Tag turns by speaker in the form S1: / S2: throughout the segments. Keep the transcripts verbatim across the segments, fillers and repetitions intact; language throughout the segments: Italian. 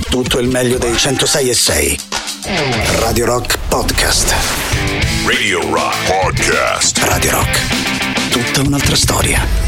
S1: tutto il meglio dei centosei e sei. Radio Rock Podcast.
S2: Radio Rock Podcast.
S1: Radio Rock. Tutta un'altra storia.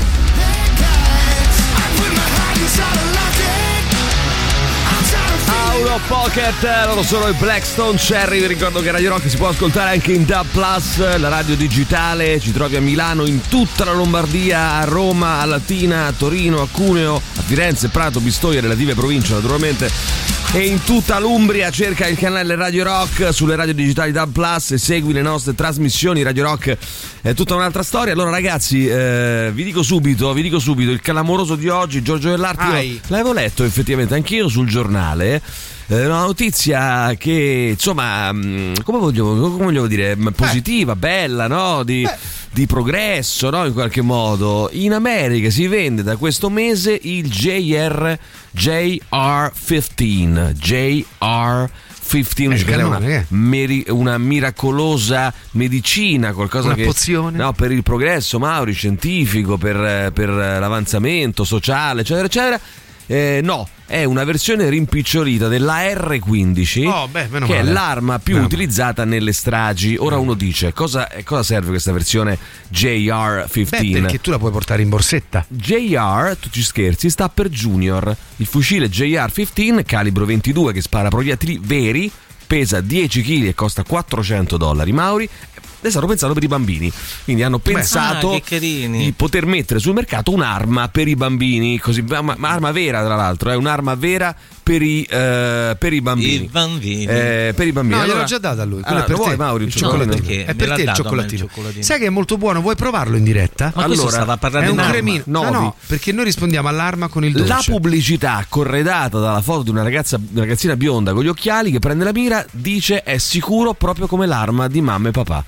S3: Out of Pocket, loro sono i Blackstone Cherry. Vi ricordo che Radio Rock si può ascoltare anche in D A B Plus, la radio digitale. Ci trovi a Milano, in tutta la Lombardia, a Roma, a Latina, a Torino, a Cuneo, a Firenze, Prato, Pistoia e relative province naturalmente, e in tutta l'Umbria. Cerca il canale Radio Rock sulle radio digitali D A B Plus e segui le nostre trasmissioni. Radio Rock è tutta un'altra storia. Allora ragazzi, eh, vi dico subito, vi dico subito, il clamoroso di oggi, Giorgio Dell'Arti, l'avevo letto effettivamente anch'io sul giornale. Una notizia che insomma, come voglio, come voglio dire, positiva, bella, no? Di, di progresso, no? In qualche modo. In America si vende da questo mese il J R J R quindici J R quindici, che è una, meri, una miracolosa medicina, qualcosa
S4: una
S3: che
S4: pozione,
S3: no, per il progresso, Mauri, scientifico, per, per l'avanzamento sociale, eccetera, eccetera. Eh, no, è una versione rimpicciolita della R quindici,
S4: oh, beh,
S3: che
S4: male.
S3: è l'arma più
S4: no.
S3: utilizzata nelle stragi. Ora uno dice, cosa, cosa serve questa versione J R quindici?
S4: Beh, perché tu la puoi portare in borsetta.
S3: J R, tu ci scherzi, sta per Junior. Il fucile J R quindici, calibro ventidue, che spara proiettili veri, pesa dieci chili e costa quattrocento dollari, Mauri. È stato pensato per i bambini, quindi hanno pensato
S5: ah,
S3: di poter mettere sul mercato un'arma per i bambini, così, ma, ma arma vera tra l'altro, è un'arma vera per i, eh, per i bambini.
S5: I bambini.
S3: Eh, per i bambini.
S4: No,
S3: allora,
S4: gliel'ho già data a lui.
S3: Allora,
S4: per
S3: vuoi,
S4: te,
S3: Mauri, il
S4: il
S3: cioccolatino?
S4: cioccolatino?
S5: Perché?
S4: È per
S5: Me
S4: te il
S5: l'ha dato
S4: cioccolatino.
S5: il cioccolatino.
S4: Sai che è molto buono, vuoi provarlo in diretta?
S5: Ma
S3: allora,
S5: questo stava parlando
S4: è un
S5: di
S4: cremino. No, no, perché noi rispondiamo all'arma con il dolce.
S3: La pubblicità corredata dalla foto di una ragazza, una ragazzina bionda con gli occhiali che prende la mira, dice è sicuro proprio come l'arma di mamma e papà.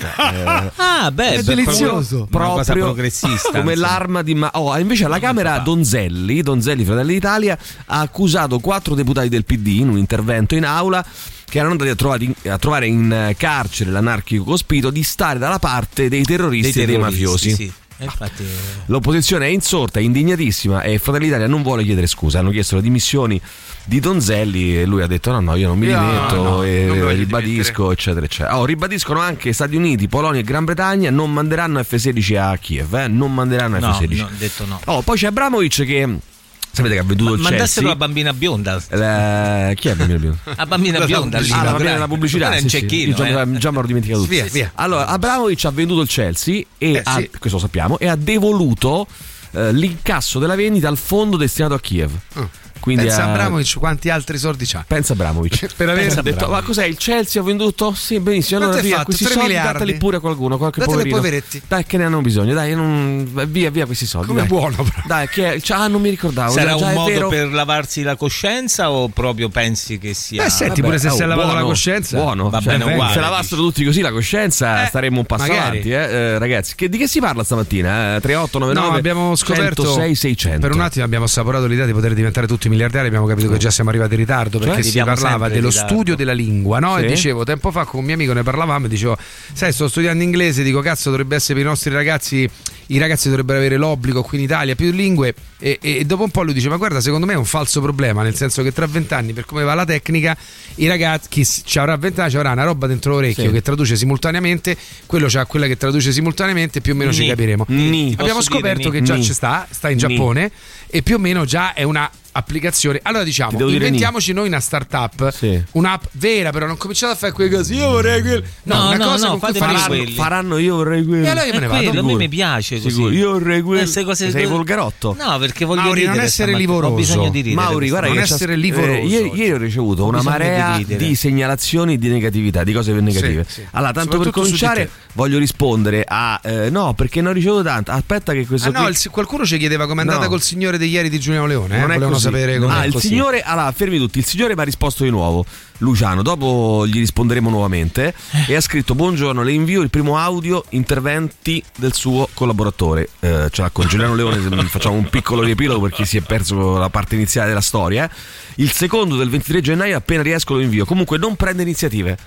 S5: Eh, ah, beh,
S4: è
S5: beh,
S4: delizioso,
S5: proprio, una cosa progressista,
S3: come
S5: insomma.
S3: l'arma di ma- oh, invece alla Camera Donzelli, Donzelli Fratelli d'Italia, ha accusato quattro deputati del P D in un intervento in aula, che erano andati a, trovati, a trovare in carcere l'anarchico Cospito, di stare dalla parte dei terroristi,
S5: dei,
S3: e dei
S5: terroristi,
S3: mafiosi.
S5: Sì. Infatti...
S3: L'opposizione è insorta, è indignatissima, e Fratelli d'Italia non vuole chiedere scusa. Hanno chiesto le dimissioni di Donzelli e lui ha detto no no io non mi rimetto, no, no, e
S4: non
S3: ribadisco eccetera eccetera. Oh, ribadiscono anche Stati Uniti, Polonia e Gran Bretagna non manderanno F sedici a Kiev, eh? non manderanno
S5: no,
S3: F sedici.
S5: No, detto no.
S3: Oh, poi c'è Abramovic che sapete che ha venduto
S5: Ma,
S3: il Chelsea.
S5: Mandassero la bambina bionda.
S3: La... Chi è la bambina bionda?
S5: La bambina bionda lì.
S3: Ah, la bambina della pubblicità.
S5: Era
S3: Sì,
S5: un
S3: sì.
S5: cecchino.
S3: Già,
S5: Eh.
S3: già me l'ho dimenticato tutto.
S4: Via, via.
S3: Allora, Abramovic ha venduto il Chelsea e
S4: eh,
S3: ha,
S4: sì.
S3: questo lo sappiamo, e ha devoluto eh, l'incasso della vendita al fondo destinato a Kiev.
S4: Oh.
S3: Quindi
S4: pensa
S3: a
S4: Abramovic quanti altri soldi c'ha.
S3: Pensa Abramovic.
S4: Per aver
S3: pensa detto,
S4: Abramovic.
S3: ma cos'è il Chelsea? Ho venduto? Sì, benissimo. Allora
S4: Quanto hai
S3: via,
S4: fatto?
S3: questi
S4: tre
S3: soldi
S4: miliardi?
S3: dateli pure a qualcuno, qualche
S4: Dateli ai
S3: poverino.
S4: poveretti.
S3: Dai, che ne hanno bisogno. Dai, non... via, via questi soldi.
S4: Come
S3: dai.
S4: buono, però.
S3: Dai, che è... cioè, ah, non mi ricordavo.
S5: Sarà
S3: già,
S5: un
S3: è
S5: modo
S3: vero.
S5: per lavarsi la coscienza o proprio pensi che sia...
S4: Beh, senti,
S3: Vabbè,
S4: pure se
S3: oh,
S4: si è lavato
S3: buono,
S4: la coscienza.
S3: buono.
S5: Va
S3: Cioè,
S5: bene uguale,
S3: se lavassero tutti così la coscienza,
S4: Eh,
S3: staremmo un passo
S4: magari.
S3: avanti, eh? Eh, ragazzi. Che, di che si parla stamattina? Eh? tre otto nove nove
S4: No, abbiamo scoperto
S3: centosei seicento.
S4: per un attimo abbiamo assaporato l'idea di poter diventare tutti miliardari. Abbiamo capito che già siamo arrivati in ritardo, perché
S5: Cioè,
S4: si
S5: viviamo
S4: parlava
S5: sempre
S4: dello
S5: in ritardo.
S4: studio della lingua, no?
S3: Sì.
S4: E dicevo, tempo fa con un mio amico ne parlavamo e dicevo, sai, sto studiando inglese, dico cazzo, dovrebbe essere per i nostri ragazzi, i ragazzi dovrebbero avere l'obbligo qui in Italia più lingue, e, e dopo un po' lui dice, ma guarda, secondo me è un falso problema, nel senso che tra vent'anni, per come va la tecnica, i ragazzi, chi ci avrà vent'anni ci avrà una roba dentro l'orecchio,
S3: sì,
S4: che traduce simultaneamente, quello c'ha quella che traduce simultaneamente, più o meno
S5: Ni.
S4: ci capiremo.
S3: Ni.
S4: Abbiamo
S5: Posso
S4: scoperto
S5: dire
S4: che già
S3: ni?
S4: ci sta, sta in
S3: Ni.
S4: Giappone, e più o meno già è una applicazione. Allora
S3: Ti
S4: diciamo,
S3: devo dire
S4: inventiamoci noi una startup,
S3: Sì.
S4: un'app vera, però non cominciate a fare quelle cose, io vorrei quel... No,
S5: No,
S4: una
S5: no,
S4: cosa
S5: no,
S4: con cui
S5: fate
S4: fare
S5: quelli.
S3: Faranno,
S5: quelli.
S3: faranno io vorrei quello.
S4: E allora io me ne
S5: È
S4: vado.
S5: quello, a me
S3: Sicuro.
S5: mi piace così.
S3: Sicuro. Io vorrei quello.
S5: Queste cose-
S3: Sei volgarotto.
S5: No, perché voglio
S4: Mauri,
S5: ridere
S4: non essere
S5: stamattina.
S4: livoroso.
S5: Ho bisogno di ridere.
S3: Mauri,
S5: questa
S3: guarda
S4: non
S3: che
S5: mattina.
S4: essere
S3: c'ha-
S4: livoroso.
S3: eh, ieri, ieri ho ricevuto
S5: Ho
S3: una
S5: bisogno di
S3: marea di,
S5: ridere.
S3: segnalazioni di negatività, di cose negative.
S4: Sì, sì.
S3: Allora, tanto per
S4: Soprattutto su di
S3: cominciare,
S4: te.
S3: voglio rispondere a eh, no, perché ne ho ricevuto tanto. Aspetta, che questo
S4: Ah no,
S3: qui...
S4: il- qualcuno ci chiedeva com'è andata
S3: No.
S4: col signore di ieri di Giuliano Leone, eh?
S3: Non è
S4: Volevano
S3: così.
S4: sapere
S3: Non
S4: com'è.
S3: ah, il
S4: così.
S3: signore, allora, fermi tutti. Il signore mi ha risposto di nuovo, Luciano. Dopo gli risponderemo nuovamente. E ha scritto: buongiorno, le invio il primo audio interventi del suo collaboratore. Eh, ce l'ha con Giuliano Leone. Facciamo un piccolo riepilogo per chi si è perso la parte iniziale della storia. eh. Il secondo del ventitré gennaio, appena riesco lo invio. Comunque non prende iniziative.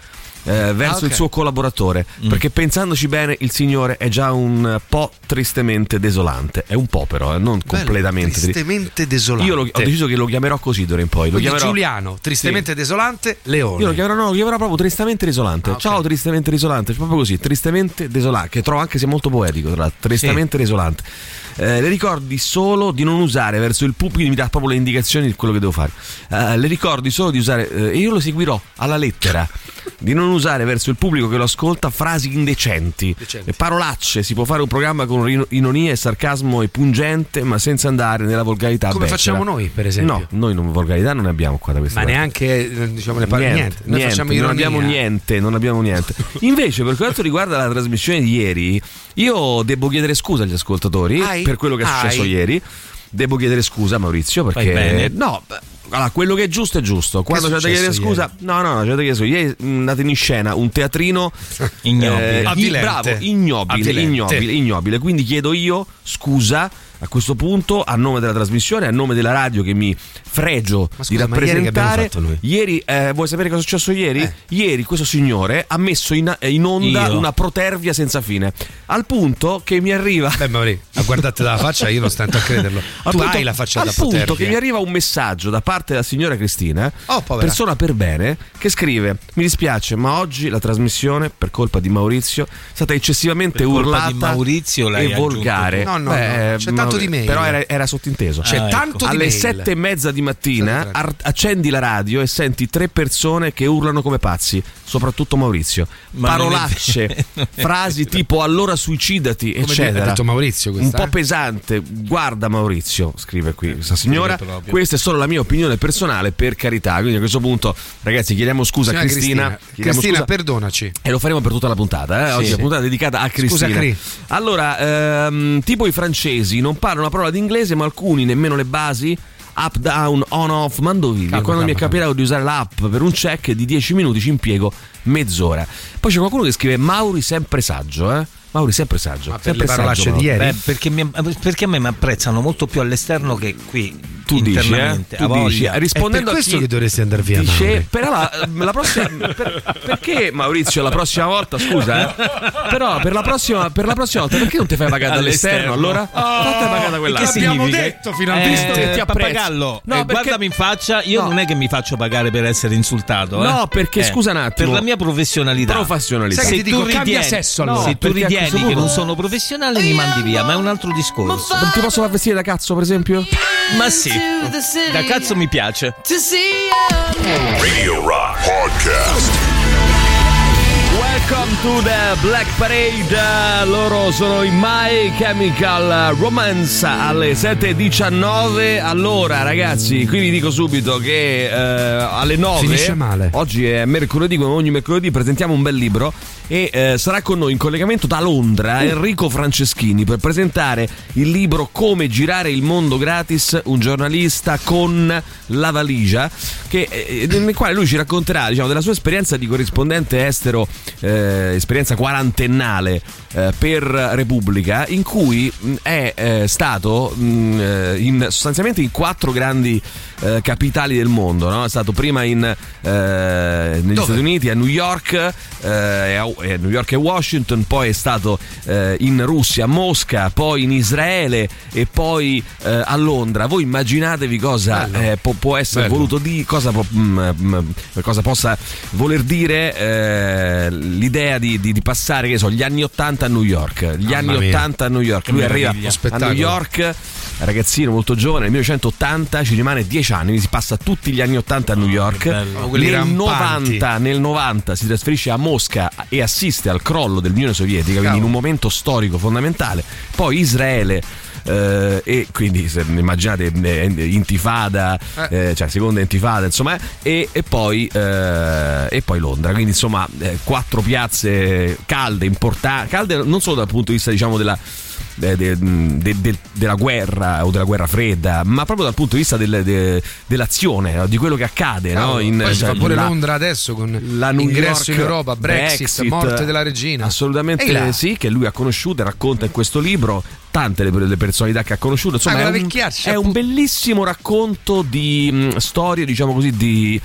S3: eh, verso
S4: Ah, okay.
S3: il suo collaboratore,
S5: Mm.
S3: perché pensandoci bene il signore è già un po' tristemente desolante, è un po' però, eh, non completamente.
S4: Tristemente desolante.
S3: Io lo- ho deciso che lo chiamerò così d'ora in poi. Lo
S4: Quindi
S3: chiamerò
S4: Giuliano, tristemente desolante, Leone.
S3: Io lo chiamerò, no, lo chiamerò proprio tristemente desolante.
S4: Ah, ok.
S3: Ciao, tristemente desolante. Proprio così, tristemente desolante. Che trovo anche sia molto poetico, tra l'altro. Tristemente desolante. Eh, le ricordi solo di non usare verso il pubblico, mi dà proprio le indicazioni di quello che devo fare. Eh, le ricordi solo di usare, eh, e io lo seguirò alla lettera, di non usare verso il pubblico che lo ascolta frasi indecenti,
S4: Decenti.
S3: e parolacce. Si può fare un programma con ino- ironia e sarcasmo e pungente, ma senza andare nella volgarità.
S4: Come
S3: becera.
S4: facciamo noi, per esempio?
S3: No, noi non, volgarità non ne abbiamo qua da questa
S4: Ma
S3: parte.
S4: neanche eh, diciamo le parole, niente. Noi
S3: niente,
S4: facciamo
S3: non
S4: ironia.
S3: abbiamo niente, non abbiamo niente. Invece, per quanto riguarda la trasmissione di ieri, io devo chiedere scusa agli ascoltatori
S4: Ai?
S3: per quello che è successo
S4: Ai?
S3: ieri. Devo chiedere scusa, Maurizio,
S5: Fai
S3: perché
S5: bene.
S3: no, beh, allora, quello che è giusto è giusto. Quando
S4: Che è
S3: c'è da chiedere
S4: successo
S3: scusa, no, no, no, c'è da chiedere scusa. Ieri è andato in scena un teatrino
S5: Ignobile.
S3: eh,
S4: Avvilente.
S3: bravo, ignobile,
S4: Avvilente.
S3: ignobile, ignobile. Quindi chiedo io scusa a questo punto a nome della trasmissione, a nome della radio che mi fregio
S4: Ma scusa,
S3: di
S4: ma ieri che abbiamo
S3: rappresentare.
S4: fatto noi?
S3: Ieri, eh, vuoi sapere cosa è successo ieri?
S4: Eh.
S3: Ieri questo signore ha messo in, in onda
S5: Io.
S3: una protervia senza fine, al punto che mi arriva
S4: Beh, Mauri, a guardarti dalla faccia io non stento a crederlo.
S3: al
S4: Tu
S3: punto-
S4: hai la faccia da
S3: al punto
S4: poter.
S3: che mi arriva un messaggio da parte della signora Cristina,
S4: Oh, povera.
S3: persona per bene, che scrive: mi dispiace, ma oggi la trasmissione, per colpa di Maurizio, è stata eccessivamente
S5: Per colpa
S3: urlata
S5: di Maurizio l'hai
S3: e
S5: aggiunto
S3: volgare.
S5: tu.
S4: No, no,
S3: Beh,
S4: no, c'è tanto
S3: ma-
S4: di mail.
S3: però era, era sottinteso.
S4: C'è
S5: Ah, ecco.
S4: tanto di
S3: alle
S4: mail.
S3: sette e mezza di mattina
S4: Sette e
S3: ar- accendi la radio e senti tre persone che urlano come pazzi, soprattutto Maurizio.
S5: Ma non è
S3: Parolacce,
S5: vero, non è
S3: frasi tipo allora suicidati,
S4: Come
S3: eccetera.
S4: ha detto Maurizio
S3: Un
S4: questa,
S3: po'
S4: eh?
S3: pesante. Guarda Maurizio, scrive qui questa signora,
S5: Scrive proprio.
S3: questa è solo la mia opinione personale, per carità. Quindi a questo punto, ragazzi, chiediamo scusa
S4: Signora
S3: a Cristina,
S4: Cristina,
S3: chiediamo
S4: Cristina,
S3: scusa
S4: perdonaci.
S3: e lo faremo per tutta la puntata, eh? Oggi
S5: Sì,
S3: la
S5: sì.
S3: puntata è dedicata a Cristina.
S4: Scusa, Cri.
S3: Allora, ehm, tipo i francesi non parlano una parola d'inglese, ma alcuni nemmeno le basi. Up, down, on, off, mando video.
S4: Calma,
S3: Quando mi è
S4: calma,
S3: capitato di usare l'app per un check di dieci minuti ci impiego mezz'ora. Poi c'è qualcuno che scrive Mauri sempre saggio, eh? Mauri sempre saggio.
S4: Ma per
S3: sempre
S4: le parolacce
S3: saggio,
S4: di
S3: Mauri.
S4: ieri?
S5: Beh, perché, mi- perché a me mi apprezzano molto più all'esterno che qui
S3: Tu dici, eh?
S5: internamente.
S3: Tu
S5: A voglia.
S3: dici,
S4: È per
S3: rispondendo
S4: questo
S3: a chi
S4: che dovresti andare via,
S3: dice,
S4: Mauri.
S3: però la, la prossima per- perché Maurizio la prossima volta, scusa, eh? Però per la prossima per la prossima volta perché non ti fai pagare dall'esterno?
S5: All'esterno.
S3: Allora? Fate pagare quella.
S4: che abbiamo detto finalmente.
S3: Visto che ti
S5: Eh,
S3: apprezzo.
S5: pappagallo,
S3: No,
S5: eh,
S3: perché-
S5: guardami in faccia, io
S3: No.
S5: non è che mi faccio pagare per essere insultato. eh.
S3: No, perché,
S5: Eh,
S3: scusa un attimo.
S5: Per la mia professionalità.
S3: Professionalità.
S4: Sai che
S5: Se
S4: ti
S5: tu
S4: dico, cambia
S5: ritieni-
S4: sesso
S5: no,
S4: allora.
S5: se tu
S3: perché a
S5: ritieni
S3: questo
S5: che
S3: punto-
S5: non sono professionale mi mandi via, ma è un altro discorso.
S3: Non ti posso far vestire da cazzo, per esempio?
S5: Ma sì, da cazzo mi piace.
S2: Radio Rock Podcast.
S3: Welcome to the Black Parade. Loro sono i My Chemical Romance alle sette e diciannove. Allora ragazzi, qui vi dico subito che eh, alle nove
S4: Finisce male.
S3: oggi è mercoledì, come ogni mercoledì presentiamo un bel libro e eh, sarà con noi in collegamento da Londra Enrico Franceschini per presentare il libro Come girare il mondo gratis, un giornalista con la valigia, che, eh, nel quale lui ci racconterà, diciamo, della sua esperienza di corrispondente estero, eh, esperienza quarantennale eh, per Repubblica, in cui mh, è eh, stato mh, eh, in, sostanzialmente in quattro grandi eh, capitali del mondo, no? È stato prima in, eh, negli
S4: Dove?
S3: Stati Uniti, a New York, eh, e a, e a New York e Washington, poi è stato eh, in Russia, a Mosca, poi in Israele e poi eh, a Londra. Voi immaginatevi cosa
S4: Bello.
S3: eh, può, può essere
S4: Bello.
S3: voluto dire, cosa, può, mm, mm, cosa possa voler dire eh, l'idea di, di, di passare, che so, gli anni ottanta a New York, gli
S4: Mamma
S3: anni
S4: mia.
S3: ottanta a New York. Lui arriva
S5: meraviglia.
S3: a
S4: Spettacolo.
S3: New York, ragazzino molto giovane, nel millenovecentottanta, ci rimane dieci anni, quindi si passa tutti gli anni ottanta a New York.
S5: che bello.
S4: Oh, quelli
S3: Nel
S4: rampanti.
S3: novanta, nel novanta si trasferisce a Mosca e assiste al crollo dell'Unione Sovietica, quindi in un momento storico fondamentale. Poi Israele, eh, e quindi se immaginate eh, intifada, eh, cioè seconda intifada, insomma, e, e poi eh, e poi Londra, quindi insomma eh, quattro piazze calde, importanti, calde non solo dal punto di vista, diciamo, della De, de, de, de, della guerra o della guerra fredda, ma proprio dal punto di vista del, de, dell'azione, di quello che accade, no?
S4: Cavolo,
S3: In,
S4: poi si
S3: cioè,
S4: fa pure
S3: la,
S4: Londra adesso con
S3: la New
S4: l'ingresso
S3: York,
S4: in Europa, Brexit, morte della regina.
S3: Assolutamente
S4: Ehi là.
S3: sì, che lui ha conosciuto e racconta in questo libro. tante le, le personalità che ha conosciuto. Insomma,
S4: ah,
S3: è, un, è un bellissimo racconto di mh, storie, diciamo così, di,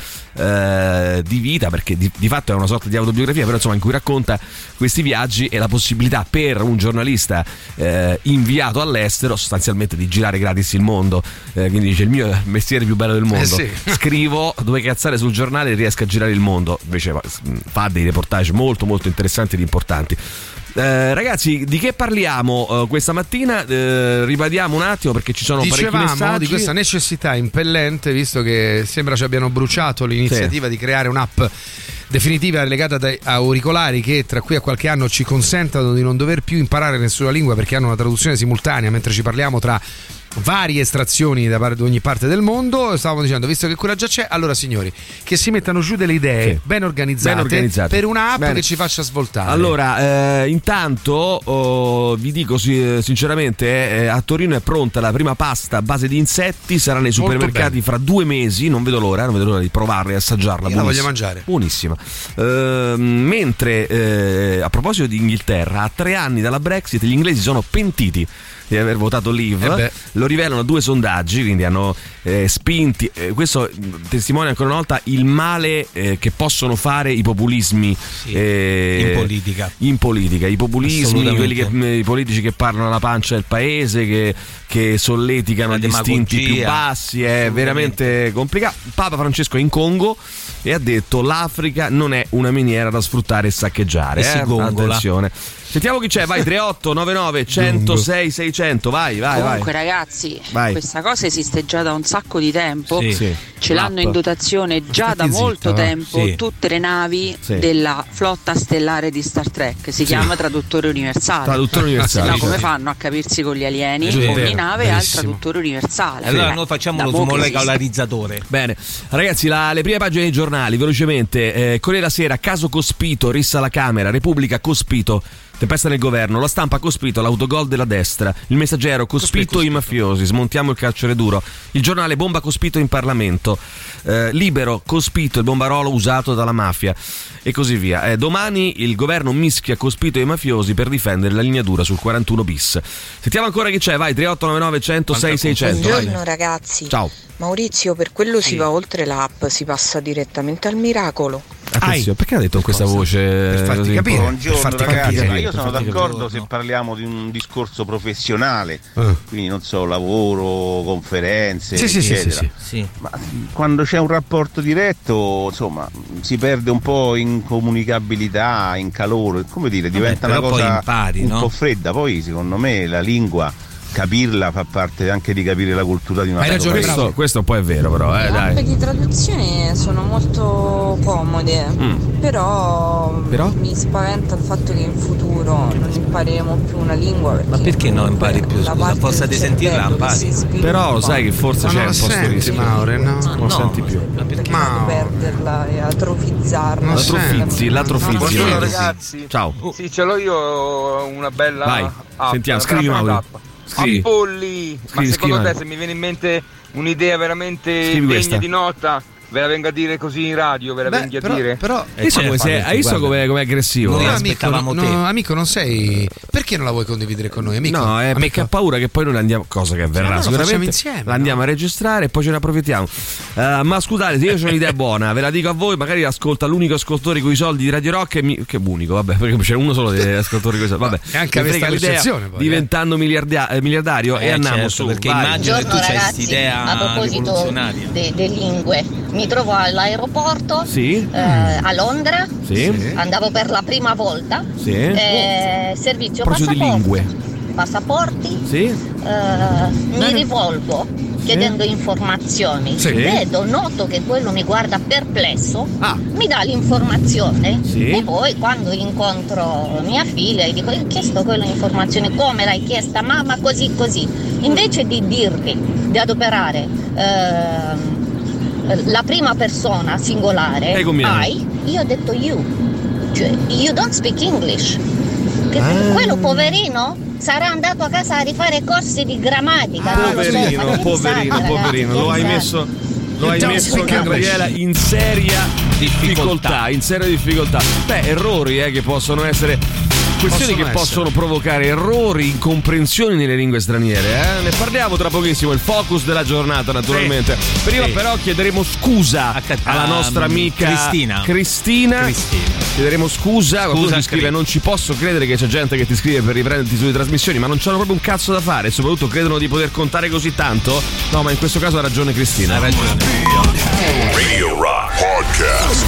S3: eh, di vita, perché di, di fatto è una sorta di autobiografia, però insomma in cui racconta questi viaggi e la possibilità per un giornalista eh, inviato all'estero sostanzialmente di girare gratis il mondo. Eh, quindi dice: il mio è il mestiere più bello del mondo,
S4: eh sì.
S3: scrivo due cazzate sul giornale e riesco a girare il mondo. Invece fa dei reportage molto molto interessanti ed importanti. Eh, ragazzi, di che parliamo uh, questa mattina? Eh, ribadiamo un attimo, perché ci sono
S4: Dicevamo
S3: parecchi messaggi
S4: di questa necessità impellente, visto che sembra ci abbiano bruciato l'iniziativa sì. di creare un'app definitiva legata ad auricolari che tra qui a qualche anno ci consentano di non dover più imparare nessuna lingua, perché hanno una traduzione simultanea mentre ci parliamo tra varie estrazioni da ogni parte del mondo. Stavamo dicendo, visto che quella già c'è, allora signori, che si mettano giù delle idee sì. ben, organizzate
S3: ben organizzate
S4: per un'app
S3: Bene.
S4: che ci faccia svoltare.
S3: Allora, eh, intanto oh, vi dico sì, sinceramente, eh, a Torino è pronta la prima pasta a base di insetti, sarà nei supermercati fra due mesi, non vedo l'ora, non vedo l'ora di provarla e assaggiarla.
S4: Io la voglio mangiare.
S3: Buonissima. Eh, mentre eh, a proposito di Inghilterra, a tre anni dalla Brexit gli inglesi sono pentiti di aver votato Leave, eh lo rivelano due sondaggi, quindi hanno eh, spinti, eh, questo testimonia ancora una volta il male eh, che possono fare i populismi
S5: sì,
S3: eh,
S5: in politica
S3: in politica i populismi, quelli che, i politici che parlano alla pancia del paese, che, che solleticano gli istinti più bassi, è veramente complicato. Papa Francesco è in Congo e ha detto: l'Africa non è una miniera da sfruttare e saccheggiare,
S5: e si
S3: eh? Attenzione. Sentiamo chi c'è, vai. Tre otto nove nove uno zero sei sei zero zero, vai vai
S6: Comunque
S3: vai.
S6: ragazzi,
S3: vai.
S6: Questa cosa esiste già da un sacco di tempo,
S3: sì. Sì.
S6: Ce l'hanno
S3: L'app.
S6: in dotazione già da
S4: zitta,
S6: molto
S4: va.
S6: tempo
S5: sì.
S6: tutte le navi
S3: sì.
S6: della flotta stellare di Star Trek, si sì. chiama traduttore universale.
S3: Traduttore universale.
S6: Se no, come
S3: sì.
S6: fanno a capirsi con gli alieni?
S3: Sì,
S6: Ogni
S3: vero,
S6: nave ha il
S4: verissimo.
S6: traduttore universale.
S5: Allora
S6: Beh,
S5: noi facciamo
S6: da
S5: lo
S6: mo' che
S5: smolecolarizzatore.
S3: Bene, ragazzi, la, le prime pagine dei giornali, velocemente. eh, Corriere della Sera, caso Cospito, rissa alla Camera. Repubblica, Cospito, tempesta nel governo. La Stampa, Cospito, l'autogol della destra. Il Messaggero, Cospito, Cospito, i mafiosi, smontiamo il carcere duro. Il Giornale, bomba Cospito in Parlamento. eh, Libero, Cospito, il bombarolo usato dalla mafia, e così via. eh, Domani il governo mischia Cospito e i mafiosi per difendere la linea dura sul quarantuno bis. Sentiamo ancora chi c'è, vai. Tre otto nove nove uno zero sei sei zero zero.
S7: Buongiorno ragazzi.
S3: Ciao.
S7: Maurizio, per quello
S5: sì.
S7: si va oltre l'app, si passa direttamente al miracolo.
S3: Attenzione, perché ha detto con questa voce?
S4: Per farti
S3: così
S4: capire.
S8: Buongiorno
S4: per farti
S8: ragazzi,
S4: capire.
S8: ma io sono
S5: farti
S8: d'accordo
S5: capire.
S8: se parliamo di un discorso professionale,
S4: Eh.
S8: quindi non so, lavoro, conferenze,
S4: Sì, sì, sì,
S8: eccetera.
S4: sì,
S5: Sì.
S8: Ma quando c'è un rapporto diretto, insomma, si perde un po' in comunicabilità, in calore, come dire, diventa
S5: Vabbè,
S8: una
S5: però poi
S8: cosa
S5: impari,
S8: un
S5: no?
S8: po' fredda. Poi secondo me la lingua, capirla fa parte anche di capire la cultura di un
S4: Hai
S8: altro
S4: ragione,
S8: paese.
S3: Questo, questo un po' è vero, però, eh,
S9: Le app
S3: dai.
S9: di traduzione sono molto comode,
S3: Mm.
S9: però,
S3: Però?
S9: mi spaventa il fatto che in futuro non impareremo più una lingua. Perché
S5: Ma perché non impari più?
S9: la
S5: Scusa,
S9: parte
S5: forza
S9: del
S5: di sentirla,
S9: cervello che
S5: impari.
S9: si sviluppa,
S3: Però sai che forse
S4: Ma
S3: c'è
S4: non
S3: un
S4: lo
S3: po' sto
S4: senti,
S3: rischio.
S4: Maure, no?
S3: Non lo
S5: no,
S3: senti più.
S5: ma perché?
S4: Ma
S9: perderla e atrofizzarla.
S4: Non
S3: L'atrofizzi, l'atrofizzi.
S10: Buongiorno
S3: vedi?
S10: ragazzi.
S3: Ciao.
S10: Sì, ce l'ho io una bella
S3: Vai,
S10: app,
S3: sentiamo,
S10: una
S3: scrivi,
S10: bella
S3: Mauro.
S10: app.
S3: Scrivi.
S10: Ampolli, ma
S3: Scrivi,
S10: secondo
S3: scrivi,
S10: te se mi viene in mente un'idea veramente
S3: Scrivi
S10: degna
S3: questa.
S10: di nota, ve la vengo a dire così in radio, ve la
S4: Beh,
S10: vengo a
S4: però,
S10: dire?
S4: però
S3: Hai visto come sei- hai visto come è aggressivo?
S5: Noi
S4: No,
S3: eh?
S4: amico,
S5: aspettavamo
S4: no,
S5: te.
S4: no, amico, non sei. Perché non la vuoi condividere con noi, amico?
S3: No, è
S4: Amico?
S3: perché ha paura che poi noi la andiamo, cosa che avverrà
S4: Sì, allora lo
S3: sicuramente,
S4: facciamo insieme,
S3: la andiamo
S4: no?
S3: a registrare e poi ce ne approfittiamo. Eh, ma scusate, se io ho un'idea buona, ve la dico a voi, magari ascolta l'unico ascoltatore con i soldi di Radio Rock e mi, che unico, vabbè, perché c'è uno solo degli ascoltatori con i soldi, vabbè.
S4: E anche
S3: Mi
S4: questa
S3: frega l'idea,
S4: l'eccezione, poi, eh.
S3: diventando miliardia- eh, miliardario e
S5: Eh,
S3: andiamo
S5: certo,
S3: su,
S5: perché
S3: vai.
S5: immagino che tu
S7: Buongiorno
S5: c'hai
S7: ragazzi,
S5: quest'idea
S7: a proposito
S5: rivoluzionaria.
S7: delle lingue, mi trovo all'aeroporto
S3: Sì.
S7: eh, a Londra,
S3: Sì.
S7: andavo per la prima volta,
S3: Sì.
S7: eh, servizio
S3: A proposito di
S7: passaporti,
S3: lingue.
S7: passaporti,
S3: Sì.
S7: eh, mi rivolgo chiedendo informazioni,
S3: Sì.
S7: vedo, noto che quello mi guarda perplesso,
S3: Ah.
S7: mi dà l'informazione
S3: Sì.
S7: e poi quando incontro mia figlia gli dico: io ho chiesto quella informazione, come l'hai chiesta mamma, così così, invece di dirgli di adoperare ehm, la prima persona singolare,
S3: Hai combinato.
S7: I, io ho detto you, cioè you don't speak English. Che
S3: Ah.
S7: quello poverino sarà andato a casa a rifare corsi di grammatica. non lo so,
S3: Poverino,
S7: fate
S3: poverino,
S7: risate,
S3: poverino,
S7: ragazzi,
S3: lo hai
S7: che
S3: messo, lo hai
S4: Don't
S3: messo
S4: speak
S3: Gabriela in seria difficoltà, in seria difficoltà. Beh, errori eh, che possono essere questioni
S4: Possono
S3: che
S4: essere.
S3: possono provocare errori, incomprensioni nelle lingue straniere. Eh? Ne parliamo tra pochissimo, il focus della giornata naturalmente.
S5: Sì.
S3: Prima
S5: Sì.
S3: però chiederemo scusa
S5: A-
S3: alla
S5: a-
S3: nostra amica
S5: Cristina.
S3: Cristina.
S5: Cristina.
S3: Chiederemo scusa, qualcuno
S5: Scusa,
S3: ci scrive:
S5: Cri.
S3: non ci posso credere che c'è gente che ti scrive per riprenderti sulle trasmissioni, ma non c'hanno proprio un cazzo da fare e soprattutto credono di poter contare così tanto. No, ma in questo caso ha ragione Cristina.
S5: Ha ragione.
S2: Radio Rock Podcast.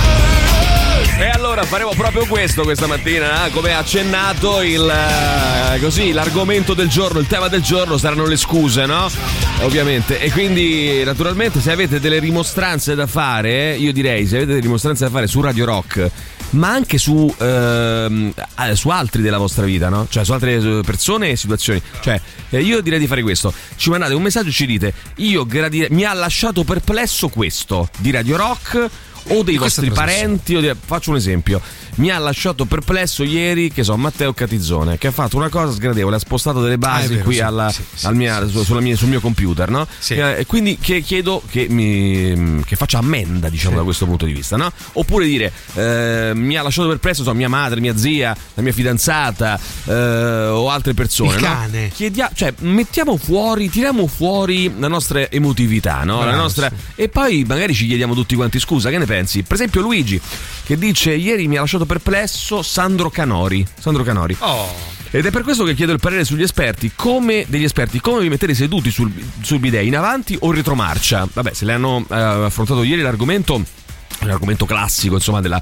S3: E allora faremo proprio questo questa mattina, eh? Come accennato il eh, così l'argomento del giorno, il tema del giorno saranno le scuse, no? Ovviamente. E quindi naturalmente se avete delle rimostranze da fare, io direi se avete delle rimostranze da fare su Radio Rock, ma anche su ehm, eh, su altri della vostra vita, no? Cioè su altre persone e situazioni. Cioè eh, io direi di fare questo. Ci mandate un messaggio e ci dite: io gradire, mi ha lasciato perplesso questo di Radio Rock o dei
S4: Di questa
S3: vostri
S4: trasmissione.
S3: parenti o di... Faccio un esempio: mi ha lasciato perplesso ieri, che so, Matteo Catizzone, che ha fatto una cosa sgradevole, ha spostato delle basi
S4: Ah, è vero,
S3: qui
S4: sì,
S3: alla,
S4: sì, sì,
S3: al mia,
S4: sì,
S3: su-
S4: sì.
S3: sulla mia- sul mio computer, no?
S4: Sì.
S3: Eh, E quindi che chiedo che mi che faccia ammenda, diciamo,
S4: Sì.
S3: da questo punto di vista, no? Oppure dire eh, mi ha lasciato perplesso, so, mia madre, mia zia, la mia fidanzata eh, o altre persone,
S4: Il
S3: no?
S4: cane.
S3: Chiedia- cioè mettiamo fuori, tiriamo fuori la nostra emotività, no? La
S4: Bravo,
S3: nostra...
S4: sì.
S3: E poi magari ci chiediamo tutti quanti scusa, che ne pensi? Per esempio Luigi che dice: ieri mi ha lasciato perplesso Sandro Canori. Sandro Canori.
S4: Oh.
S3: Ed è per questo che chiedo il parere sugli esperti, come degli esperti, come vi mettete seduti sul, sul bidet, in avanti o in retromarcia? Vabbè, se le hanno eh, affrontato ieri l'argomento, un argomento classico, insomma, della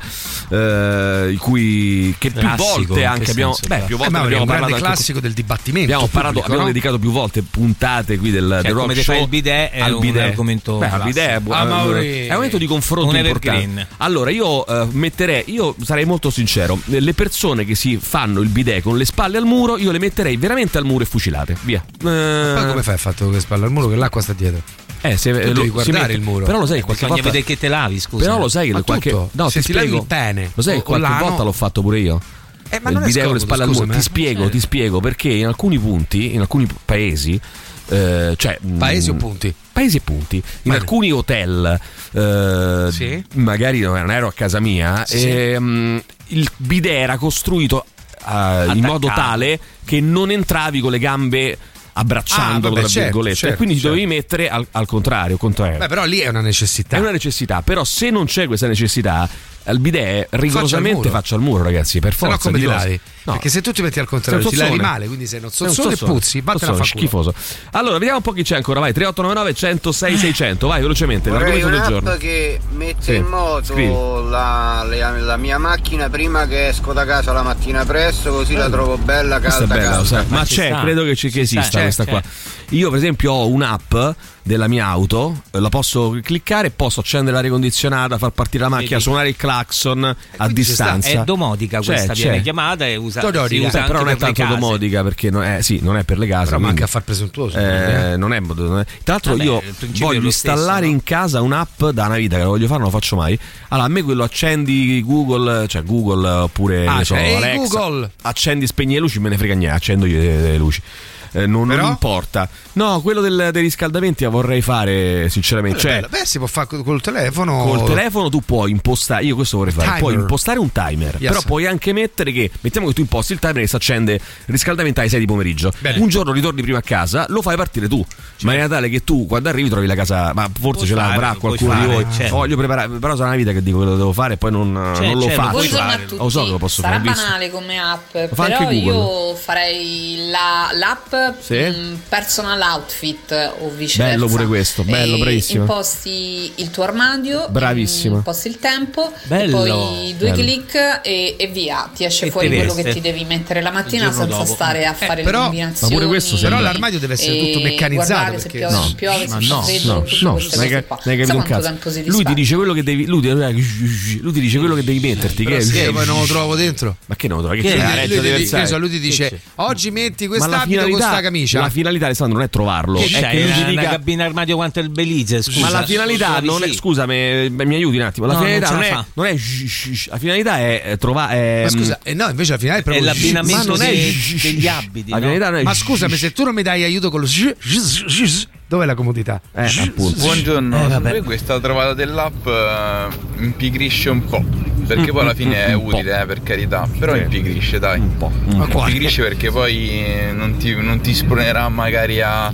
S3: eh, in cui che più
S5: Classico,
S3: volte
S5: in
S3: anche
S5: che
S3: abbiamo
S5: senso?
S3: beh, più
S4: Eh,
S3: volte
S4: ma è
S3: abbiamo
S4: un grande
S3: parlato anche-
S4: classico del dibattimento.
S3: Abbiamo, parlato,
S4: pubblico,
S3: abbiamo
S4: no?
S3: dedicato più volte puntate qui del, del
S5: come
S3: rock
S5: te
S3: show
S5: fai il bidet è
S3: al
S5: un
S3: bidet.
S5: argomento
S3: Beh, al
S5: classico.
S3: bidet è, bu-
S4: Ah,
S3: è
S4: Mauri.
S3: un momento di confronto
S5: Un
S3: importante.
S5: evergreen.
S3: Allora io eh, metterei, io sarei molto sincero, le persone che si fanno il bidet con le spalle al muro, io le metterei veramente al muro e fucilate, via. Eh,
S4: Poi come fai a fatto che spalla al muro che l'acqua sta dietro?
S3: eh, se,
S4: Tu
S3: lo-
S4: devi
S3: si
S4: guardare
S3: mette-
S4: il muro.
S3: Però lo sai che qualche
S5: Bisogna
S3: volta
S5: vedere che te lavi, scusa.
S3: però lo sai che
S4: Ma
S3: qualche
S4: tutto.
S3: no,
S4: Se
S3: ti
S4: ti lavi
S3: spiego.
S4: il pene
S3: Lo sai che
S4: o
S3: qualche
S4: l'ano.
S3: volta l'ho fatto pure io.
S4: Eh, ma
S3: il
S4: non è
S3: bidet con le
S4: scomodo,
S3: spalle al muro.
S4: scusami,
S3: Ti
S4: eh.
S3: spiego, ti spiego perché in alcuni punti, in alcuni paesi, eh, cioè
S4: Paesi
S3: mh,
S4: o punti?
S3: Paesi e punti. In
S4: Bene.
S3: alcuni hotel, eh,
S4: Sì.
S3: magari non ero a casa mia,
S4: Sì.
S3: e, mh, il bidet era costruito eh, in
S5: Attaccato.
S3: modo tale che non entravi con le gambe abbracciandolo,
S4: Ah, vabbè,
S3: tra
S4: certo,
S3: virgolette,
S4: certo,
S3: e quindi ti
S4: certo.
S3: dovevi mettere al, al contrario, contrario.
S4: Beh, però lì è una necessità.
S3: È una necessità, però se non c'è questa necessità, al bidet rigorosamente
S4: muro.
S3: faccia al muro, ragazzi, per
S4: Se no
S3: forza.
S4: come
S3: di
S4: ti
S3: cose.
S4: lavi?
S3: No.
S4: Perché se tu ti metti al contrario
S3: Sei un
S4: ti lavi
S3: sozzone.
S4: male, quindi sei uno
S3: Sei un
S4: zozzone e
S3: sozzone.
S4: puzzi, vattene a
S3: Sozzone,
S4: fa culo.
S3: schifoso. Allora, vediamo un po' chi c'è ancora, vai, tre otto nove nove uno zero sei sei zero zero, vai velocemente,
S11: Vorrei
S3: l'argomento del
S11: un'app
S3: giorno.
S11: che mette
S3: Sì,
S11: in moto
S3: scrivi.
S11: la, la- la mia macchina prima che esco da casa la mattina presto, così la trovo bella,
S3: Questa è
S11: calda,
S3: bella, lo
S11: calda.
S3: sai. Ma,
S5: Ma ci
S3: c'è,
S5: sta.
S3: credo che, ci, che
S5: Ci sta,
S3: esista
S5: c'è,
S3: questa
S5: c'è.
S3: qua. Io per esempio ho un'app della mia auto, eh, la posso cliccare, posso accendere l'aria condizionata, far partire la macchina,
S5: Vedi.
S3: suonare il clacson a
S4: quindi ci sta.
S3: distanza.
S5: È domotica
S3: C'è,
S5: questa,
S3: c'è.
S5: viene chiamata e usa,
S4: Domotica.
S5: si usa
S3: Beh,
S5: anche
S3: però non è
S5: per le
S3: tanto
S5: case.
S3: domotica perché non è, sì, non è per le case.
S4: Però
S3: quindi-
S4: manca a far presuntuoso.
S3: Eh, non è, non è- Tra l'altro
S5: Vabbè,
S3: io
S5: il principio è
S3: voglio
S5: lo stesso,
S3: installare
S5: no?
S3: in casa un'app da una vita che lo voglio fare, non lo faccio mai. Allora a me quello accendi Google, cioè Google oppure
S4: Ah,
S3: che so,
S4: cioè, ehi,
S3: Alexa,
S4: Google!
S3: accendi spegni le luci, me ne frega niente, accendo io le, le luci. Eh, non, non
S4: Però?
S3: importa. No, quello del- dei riscaldamenti la vorrei fare sinceramente.
S4: Cioè,
S3: Cioè,
S4: beh, si può fare col telefono.
S3: col telefono tu puoi impostare, io questo vorrei fare,
S4: Timer.
S3: puoi impostare un timer,
S4: Yes.
S3: però puoi anche mettere che, mettiamo che tu imposti il timer che si accende il riscaldamento alle sei di pomeriggio.
S4: Bene.
S3: Un giorno ritorni prima a casa, lo fai partire tu, in maniera tale che tu quando arrivi trovi la casa, ma forse
S5: Puoi
S3: ce
S5: fare,
S3: l'avrà
S5: puoi
S3: qualcuno di
S5: fare,
S3: voi.
S5: certo.
S3: Voglio preparare, però sarà una vita che dico quello che devo fare e poi non,
S5: C'è,
S3: non lo
S5: c'è, lo
S3: faccio.
S5: puoi
S12: Buongiorno
S5: fare.
S12: a tutti.
S3: Lo so che lo posso
S12: Sarà
S3: fare, visto.
S12: banale come app,
S3: fa
S12: però
S3: anche Google.
S12: io farei la, l'app
S3: Sì?
S12: mh, personal outfit o viceversa.
S3: Bello pure questo, bello,
S12: E
S3: bravissima.
S12: Imposti il tuo armadio,
S3: Bravissima.
S12: imposti il tempo,
S5: Bello.
S12: e poi due
S3: Bello.
S12: clic e, e via, ti esce
S5: E
S12: fuori
S5: ti
S12: quello
S5: veste.
S12: che ti devi mettere la mattina
S5: Il giorno
S12: senza
S5: dopo.
S12: stare a fare
S4: però-
S12: le
S4: ma
S12: combinazioni.
S3: pure questo
S4: Però
S3: sembra-
S4: l'armadio deve essere tutto
S12: e
S4: meccanizzato,
S12: guardare se
S4: perché-
S12: piove,
S3: No,
S12: se piove,
S3: ma
S12: se
S3: no,
S12: fa freddo,
S3: no,
S12: tutte
S3: no,
S12: queste
S3: non hai
S12: cose
S3: ca-
S12: qua.
S3: non hai capito
S12: Sai
S3: un
S12: quanto
S3: cazzo.
S12: tempo si
S3: Lui ti
S12: risparmia?
S3: dice quello che devi, lui, ti- lui ti dice quello che devi metterti.
S4: Però
S3: Che
S4: sì,
S3: che-
S4: poi non lo trovo dentro.
S3: Ma che non lo trovi?
S5: Che
S3: Che c'è?
S5: lui-
S3: La
S4: lui,
S3: Reggio
S4: lui-
S3: di
S4: lui-
S3: Versailles.
S4: che so, lui ti dice
S5: Sì.
S4: oggi metti
S3: Ma la
S4: quest'abito con
S3: finalità,
S4: questa camicia.
S3: la finalità, Alessandro, non è trovarlo.
S5: Che
S3: è
S5: c'hai?
S3: che lui ti
S5: Una,
S3: dica-
S5: una cabina armadio quanto il Belize, scusa.
S3: ma la finalità
S5: Scusa,
S3: non è.
S5: sì.
S3: Scusami, mi aiuti un attimo. La
S5: No,
S3: finalità
S5: non
S3: non
S5: ce
S3: è.
S5: la fa.
S3: Non è sh- sh- sh- la finalità è trovare.
S4: Ma scusa, eh, no, invece la finale è
S5: È
S4: proprio
S5: l'abbinamento
S3: ma non è
S5: de-
S3: sh- sh-
S5: degli abiti.
S3: La
S5: no?
S3: finalità non è.
S4: Ma
S3: sh-
S4: scusami, se tu non mi dai aiuto con lo dov'è la comodità?
S3: Eh, appunto.
S10: Buongiorno,
S5: Eh, vabbè.
S10: secondo me questa trovata dell'app eh, impigrisce un po'.
S13: perché
S3: Mm,
S13: poi alla
S3: mm,
S13: fine
S3: mm,
S13: è
S3: un
S13: utile, eh, per carità, però
S3: Sì.
S13: impigrisce, dai.
S3: Un po'.
S4: Ma quale?
S13: Impigrisce perché poi non ti, non ti spronerà magari a,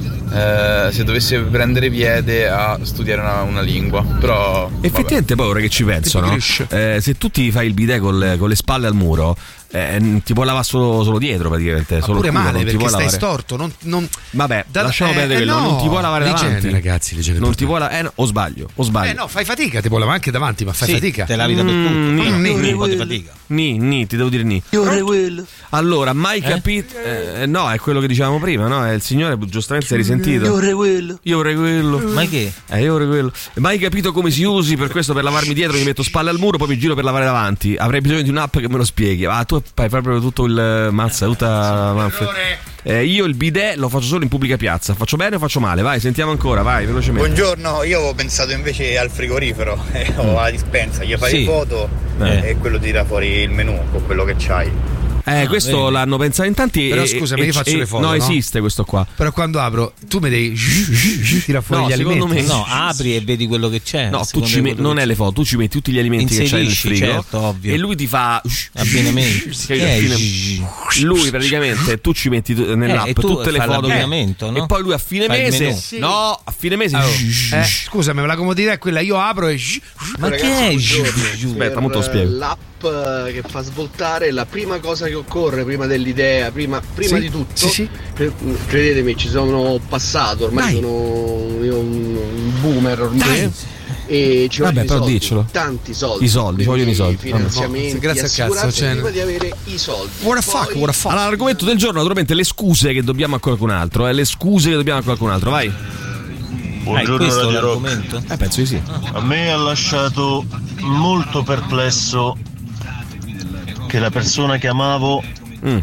S13: eh, se dovesse prendere piede, a studiare una, una lingua. Però
S3: Effettivamente poi ora che ci penso, no? Eh, se tu ti fai il bidet con le, con le spalle al muro, eh, ti puoi lavare solo, solo dietro praticamente.
S4: Ma
S3: Solo
S4: pure
S3: il culo,
S4: male
S3: non ti
S4: perché
S3: puoi
S4: stai
S3: lavare.
S4: storto. Non, non...
S3: Vabbè,
S4: Da-
S3: lasciamo
S4: eh,
S3: perdere
S4: eh,
S3: quello,
S4: no,
S3: non ti puoi lavare
S4: l'igiene,
S3: davanti.
S4: ragazzi, l'igiene
S3: non ti puoi la- eh, no, o sbaglio, o sbaglio.
S4: Eh no, fai fatica, ti puoi lavare anche davanti, ma fai
S5: Sì,
S4: fatica.
S5: te lavi dappertutto.
S3: Mm,
S5: Però
S3: ni,
S5: un
S3: ni,
S5: po' di fatica.
S3: Ni, ni, ti devo dire ni.
S14: Io vorrei quello.
S3: Allora, mai capito? Eh, no, è quello che dicevamo prima, no? È il signore giustamente si è risentito.
S14: Io vorrei quello.
S3: Io vorrei quello.
S5: Ma che?
S3: Eh, io vorrei quello. Mai capito come si usi, per questo per lavarmi dietro mi metto spalle al muro, poi mi giro per lavare davanti. Avrei bisogno di un'app che me lo spieghi. Ah, tu fai proprio tutto il mazza, tutta eh, io il bidet lo faccio solo in pubblica piazza. Faccio bene o faccio male? Vai, sentiamo ancora, vai, velocemente.
S15: Buongiorno, io avevo pensato invece al frigorifero eh, o alla dispensa, gli fai
S3: Sì.
S15: foto
S3: Eh.
S15: e quello tira fuori il menù con quello che c'hai.
S3: Eh, questo
S4: vedi.
S3: l'hanno pensato in tanti.
S4: Però
S3: e-
S4: scusami,
S3: e-
S4: io faccio
S3: e-
S4: le foto,
S3: No,
S4: no?
S3: esiste questo qua.
S4: Però quando apro, tu mi devi tira fuori
S3: No,
S4: gli
S3: secondo
S4: alimenti.
S3: me-
S5: No, apri e vedi quello che c'è.
S3: No, tu
S5: secondo
S3: ci
S5: me
S3: metti,
S5: quello
S3: non
S5: che
S3: è le foto, tu ci metti tutti gli alimenti che c'hai nel
S5: Inserisci,
S3: frigo.
S5: certo, ovvio.
S3: E lui ti fa
S5: Abbinamento.
S3: Che
S5: Che è
S3: fine-
S5: il-
S3: Lui praticamente tu ci metti tu- nell'app
S5: Eh, e tu
S3: tutte le
S5: fai
S3: foto che-
S5: l'abbinamento, no?
S3: e poi lui a fine
S5: Fai il
S3: mese
S5: menù.
S3: sì. no, a fine mese
S4: Ah, oh. Eh, scusami, ma la comodità è quella, io apro e
S5: Ma
S16: Ragazzi,
S5: che è?
S16: buongiorno.
S3: Aspetta,
S16: Per
S3: mo te lo spiego.
S16: L'app che fa svoltare, la prima cosa che occorre prima dell'idea, prima, prima
S4: Sì,
S16: di tutto,
S4: sì, sì.
S16: cre- credetemi, ci sono passato, ormai
S4: Dai.
S16: sono io un un boomer ormai.
S4: Dai.
S16: E ci
S3: Vabbè,
S16: vogliono i
S3: però
S16: soldi,
S3: diccelo.
S16: tanti soldi.
S3: I soldi, ci vogliono i soldi.
S16: Finanziamenti,
S4: No, grazie al cazzo,
S16: assicurate
S4: cioè-
S16: prima di avere i soldi.
S4: What the fuck,
S16: Poi-
S4: what the fuck.
S3: Allora, l'argomento del giorno, naturalmente, le scuse che dobbiamo a qualcun altro. Eh, le scuse che dobbiamo a qualcun altro, vai.
S5: Buongiorno, questo è Radio Rock. l'argomento?
S3: Eh, penso di sì.
S17: A me ha lasciato molto perplesso che la persona che amavo
S3: Mm.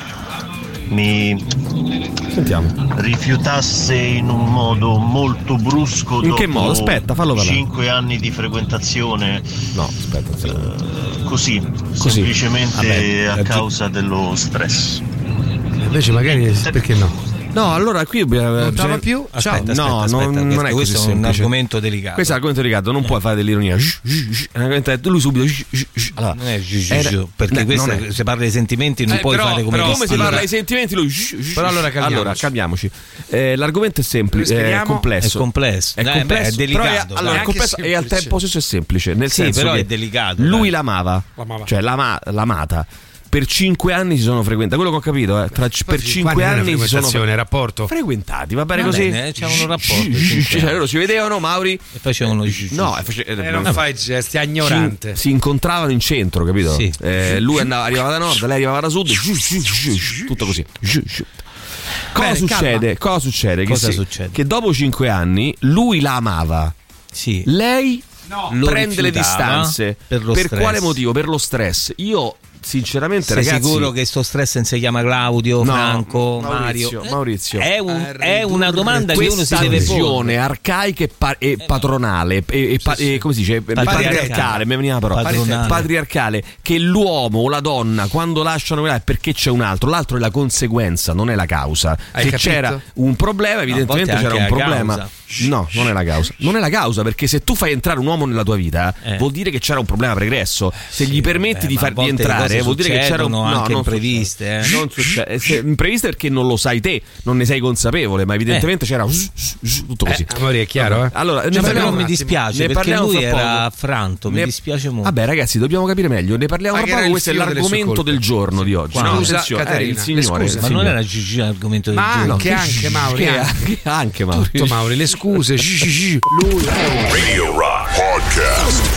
S17: mi
S3: Sentiamo.
S17: rifiutasse in un modo molto brusco.
S3: In che
S17: dopo
S3: modo? Aspetta, fallo parlare.
S17: cinque anni di frequentazione.
S3: No, aspetta. Sì.
S17: eh, così,
S3: Così.
S17: semplicemente
S3: Vabbè,
S17: a
S3: eh,
S17: causa dello stress.
S4: Invece magari perché no?
S3: No, allora qui bisogna-
S4: Non
S3: bisogna-
S4: trova più?
S3: Ciao.
S5: Aspetta,
S3: no,
S5: aspetta,
S3: non,
S5: aspetta,
S3: non è
S5: questo
S3: così
S5: è un
S3: semplice.
S5: argomento delicato.
S3: Questo è un argomento delicato, non puoi fare dell'ironia. È un argomento- lui subito. Allora,
S5: Non è giu- giu-
S3: era-
S5: giu, perché
S3: no,
S5: questo
S3: non è.
S5: se parla dei sentimenti non
S3: Eh,
S5: puoi
S3: però-
S5: fare come
S3: però
S5: gli
S3: come si
S5: stili.
S3: parla ai sentimenti lui
S4: Però allora calmiamoci.
S3: allora calmiamoci. Eh, l'argomento è semplice, è
S4: Respiriamo.
S3: complesso
S5: È complesso.
S3: è
S5: Eh, beh,
S3: complesso
S5: è delicato,
S3: però è,
S5: dai.
S3: allora, è
S4: Anche
S3: complesso e al
S4: semplice.
S3: tempo stesso è semplice, nel
S5: Sì,
S3: senso
S5: però
S3: che
S5: è delicato,
S3: lui
S5: dai.
S3: l'amava,
S4: L'amava.
S3: cioè l'ama, l'amata per cinque anni si sono frequentati, quello che ho capito, eh, tra, per cinque anni si sono
S4: frequentazione, rapporto.
S3: frequentati, va bene
S5: Va
S3: così?
S5: bene, c'avevano un rapporto, cinque
S3: Cioè,
S5: anni.
S3: loro si vedevano, Mauri
S5: E facevano giu-
S3: no, e face- eh,
S4: Eh, non
S3: no.
S4: fai gesti, è
S3: si,
S4: ignorante.
S3: si incontravano in centro, capito?
S5: Sì.
S3: Eh, lui andava, arrivava da nord, lei arrivava da sud, tutto così. Cosa
S4: Bene,
S3: succede? Cosa succede? Che,
S5: Cosa
S3: si-
S5: succede?
S3: che dopo cinque anni lui la amava,
S5: Sì.
S3: lei
S5: Lo
S3: prende le
S5: rifiutava
S3: distanze.
S5: per lo stress.
S3: quale motivo? Per lo stress. Io sinceramente,
S5: Sei
S3: ragazzi,
S5: sicuro che sto stress non si chiama Claudio,
S3: No,
S5: Franco,
S3: Maurizio,
S5: Mario?
S3: Maurizio.
S5: È, un- è una domanda che uno si
S3: questa
S5: deve
S3: visione
S5: porre.
S3: arcaica e, pa- e patronale e, e pa- e come si dice
S5: Patriarcale.
S3: patriarcale, mi veniva la parola.
S5: Padronale.
S3: Patriarcale, che l'uomo o la donna quando lasciano quella è perché c'è un altro, l'altro è la conseguenza, non è la causa.
S4: Hai
S3: se
S4: capito?
S3: c'era un problema, evidentemente
S5: volte
S3: c'era un
S5: anche la
S3: problema.
S5: causa.
S3: No, non è la causa. Non è la causa, perché se tu fai entrare un uomo nella tua vita,
S5: Eh.
S3: vuol dire che c'era un problema pregresso. Se gli permetti
S5: Beh,
S3: di
S5: ma a
S3: far di
S5: volte le
S3: entrare,
S5: cose
S3: vuol dire che c'era un
S5: succedono anche
S3: non
S5: impreviste,
S3: succede.
S5: eh.
S3: Non succede. Se- impreviste perché non lo sai te, non ne sei consapevole, ma evidentemente c'era tutto così.
S4: Eh, amore, è chiaro, eh?
S3: Allora, ne
S5: Cioè,
S3: parliamo
S5: però
S3: un
S5: mi
S3: attimo.
S5: dispiace
S3: Ne
S5: perché
S3: parliamo
S5: lui
S3: fra
S5: era
S3: poco.
S5: affranto, mi
S3: Ne-
S5: dispiace molto.
S3: Vabbè, ragazzi, dobbiamo capire meglio. Ne parliamo
S4: Ma
S3: fra
S4: che era
S3: poco.
S4: il
S3: Questo è
S4: filo delle sue
S3: l'argomento
S4: colpe.
S3: del giorno di oggi.
S4: Scusa,
S3: No, attenzione,
S4: Caterina,
S3: eh, il
S4: le
S3: signore,
S4: scuse.
S3: il
S5: Ma
S3: signore.
S5: non era Gigi l'argomento del
S4: Ma
S5: giorno.
S4: anche, anche Mauri,
S3: Che
S4: anche.
S3: anche, anche Mauri.
S4: Tutto Mauri, le scuse. Lui.
S2: Radio Rock Podcast.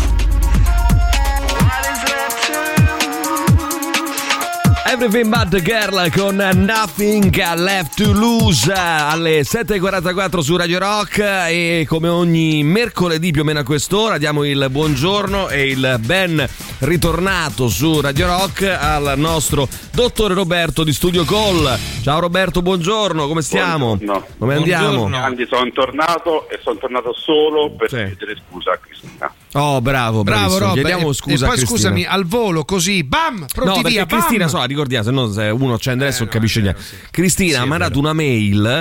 S3: Everything But The Girl con Nothing Left To Lose alle sette e quarantaquattro su Radio Rock, e come ogni mercoledì più o meno a quest'ora diamo il buongiorno e il ben ritornato su Radio Rock al nostro dottore Roberto di Studio Call. Ciao Roberto, buongiorno, come stiamo?
S18: Buongiorno.
S3: Come andiamo?
S18: Anzi, sono tornato e sono tornato solo per
S3: Sì.
S18: chiedere scusa a Cristina.
S3: Oh, bravo,
S4: Bravo
S3: bravissimo.
S4: Rob.
S3: Chiediamo
S4: E-
S3: scusa
S4: e
S3: a
S4: poi
S3: Cristina.
S4: scusami, al volo così, bam, pronti
S3: No, perché
S4: via, bam.
S3: Cristina, so, ricordiamo, se no se uno accende adesso
S4: Eh, no,
S3: capisce
S4: è vero,
S3: niente.
S4: sì.
S3: Cristina
S4: Sì,
S3: ha
S4: è
S3: mandato
S4: vero.
S3: una mail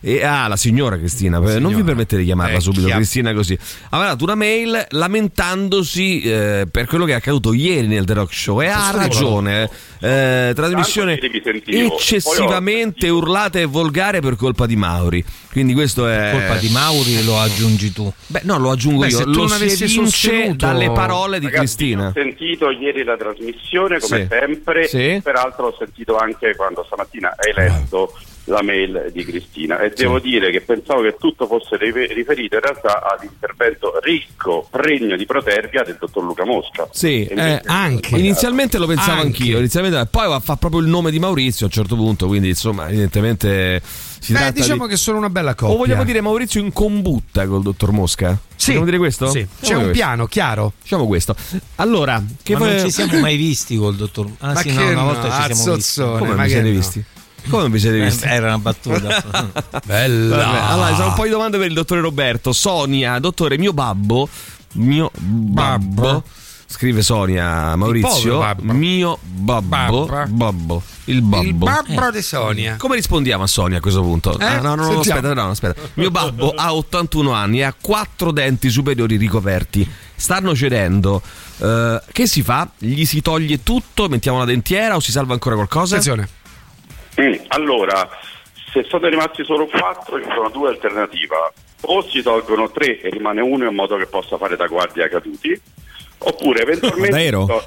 S3: e ah, la signora Cristina,
S4: signora.
S3: non vi permettete di chiamarla
S4: Vecchia.
S3: subito Cristina così. Ha mandato una mail lamentandosi eh, per quello che è accaduto ieri nel The Rock Show e ha ragione. Eh, trasmissione eccessivamente urlata e volgare per colpa di Mauri. Quindi questo è
S5: colpa di Mauri, lo aggiungi tu.
S3: Beh, no, lo aggiungo
S4: Beh,
S3: io.
S4: se tu
S3: Lo
S4: non
S3: si
S4: avessi
S3: evince
S4: sostenuto-
S3: dalle parole di
S18: Ragazzi,
S3: Cristina.
S18: ho sentito ieri la trasmissione come
S3: Sì.
S18: sempre,
S3: Sì.
S18: e peraltro ho sentito anche quando stamattina hai letto la mail di Cristina e devo dire che pensavo che tutto fosse rive- riferito in realtà all'intervento ricco, pregno di protervia del dottor Luca Mosca.
S3: Sì,
S18: E invece-
S3: eh, anche. Inizialmente lo pensavo
S4: Anche.
S3: anch'io, inizialmente, poi va- fa proprio il nome di Maurizio a un certo punto, quindi insomma, evidentemente si
S4: Beh,
S3: tratta
S4: diciamo
S3: di...
S4: che sono una bella coppia.
S3: O vogliamo dire Maurizio in combutta col dottor Mosca?
S4: Sì.
S3: Vogliamo dire questo?
S4: Sì.
S3: Diciamo
S4: C'è un
S3: questo.
S4: piano chiaro.
S3: Diciamo questo. Allora, che
S5: Ma
S3: voi-
S5: non ci siamo mai visti col dottor. Ah,
S4: Ma
S5: sì,
S4: che
S5: no, una
S4: no,
S5: volta ci siamo visti.
S4: azzozzone,
S3: Come
S4: ma
S3: vi
S4: che
S3: siete
S4: no.
S3: visti? Come vi siete
S5: Eh,
S3: visti?
S5: era una battuta.
S4: Bella.
S3: Vabbè, allora, ci sono un po' di domande per il dottore Roberto. Sonia, dottore, mio babbo, mio babbo, scrive Sonia Maurizio,
S4: povero babbo.
S3: mio babbo,
S4: Babbo.
S3: babbo, il babbo.
S4: Il babbo
S3: Eh.
S4: di Sonia.
S3: Come rispondiamo a Sonia a questo punto?
S4: Eh?
S3: Ah, no, no, no,
S4: Sentiamo.
S3: aspetta, no, aspetta. Mio babbo ha ottantuno anni e ha quattro denti superiori ricoperti. Stanno cedendo. Eh, che si fa? Gli si toglie tutto, mettiamo la dentiera o si salva ancora qualcosa?
S4: Attenzione.
S18: Mm, allora, se sono rimasti solo quattro, ci sono due alternative. O si tolgono tre e rimane uno in modo che possa fare da guardia ai caduti, oppure eventualmente...
S3: Davvero?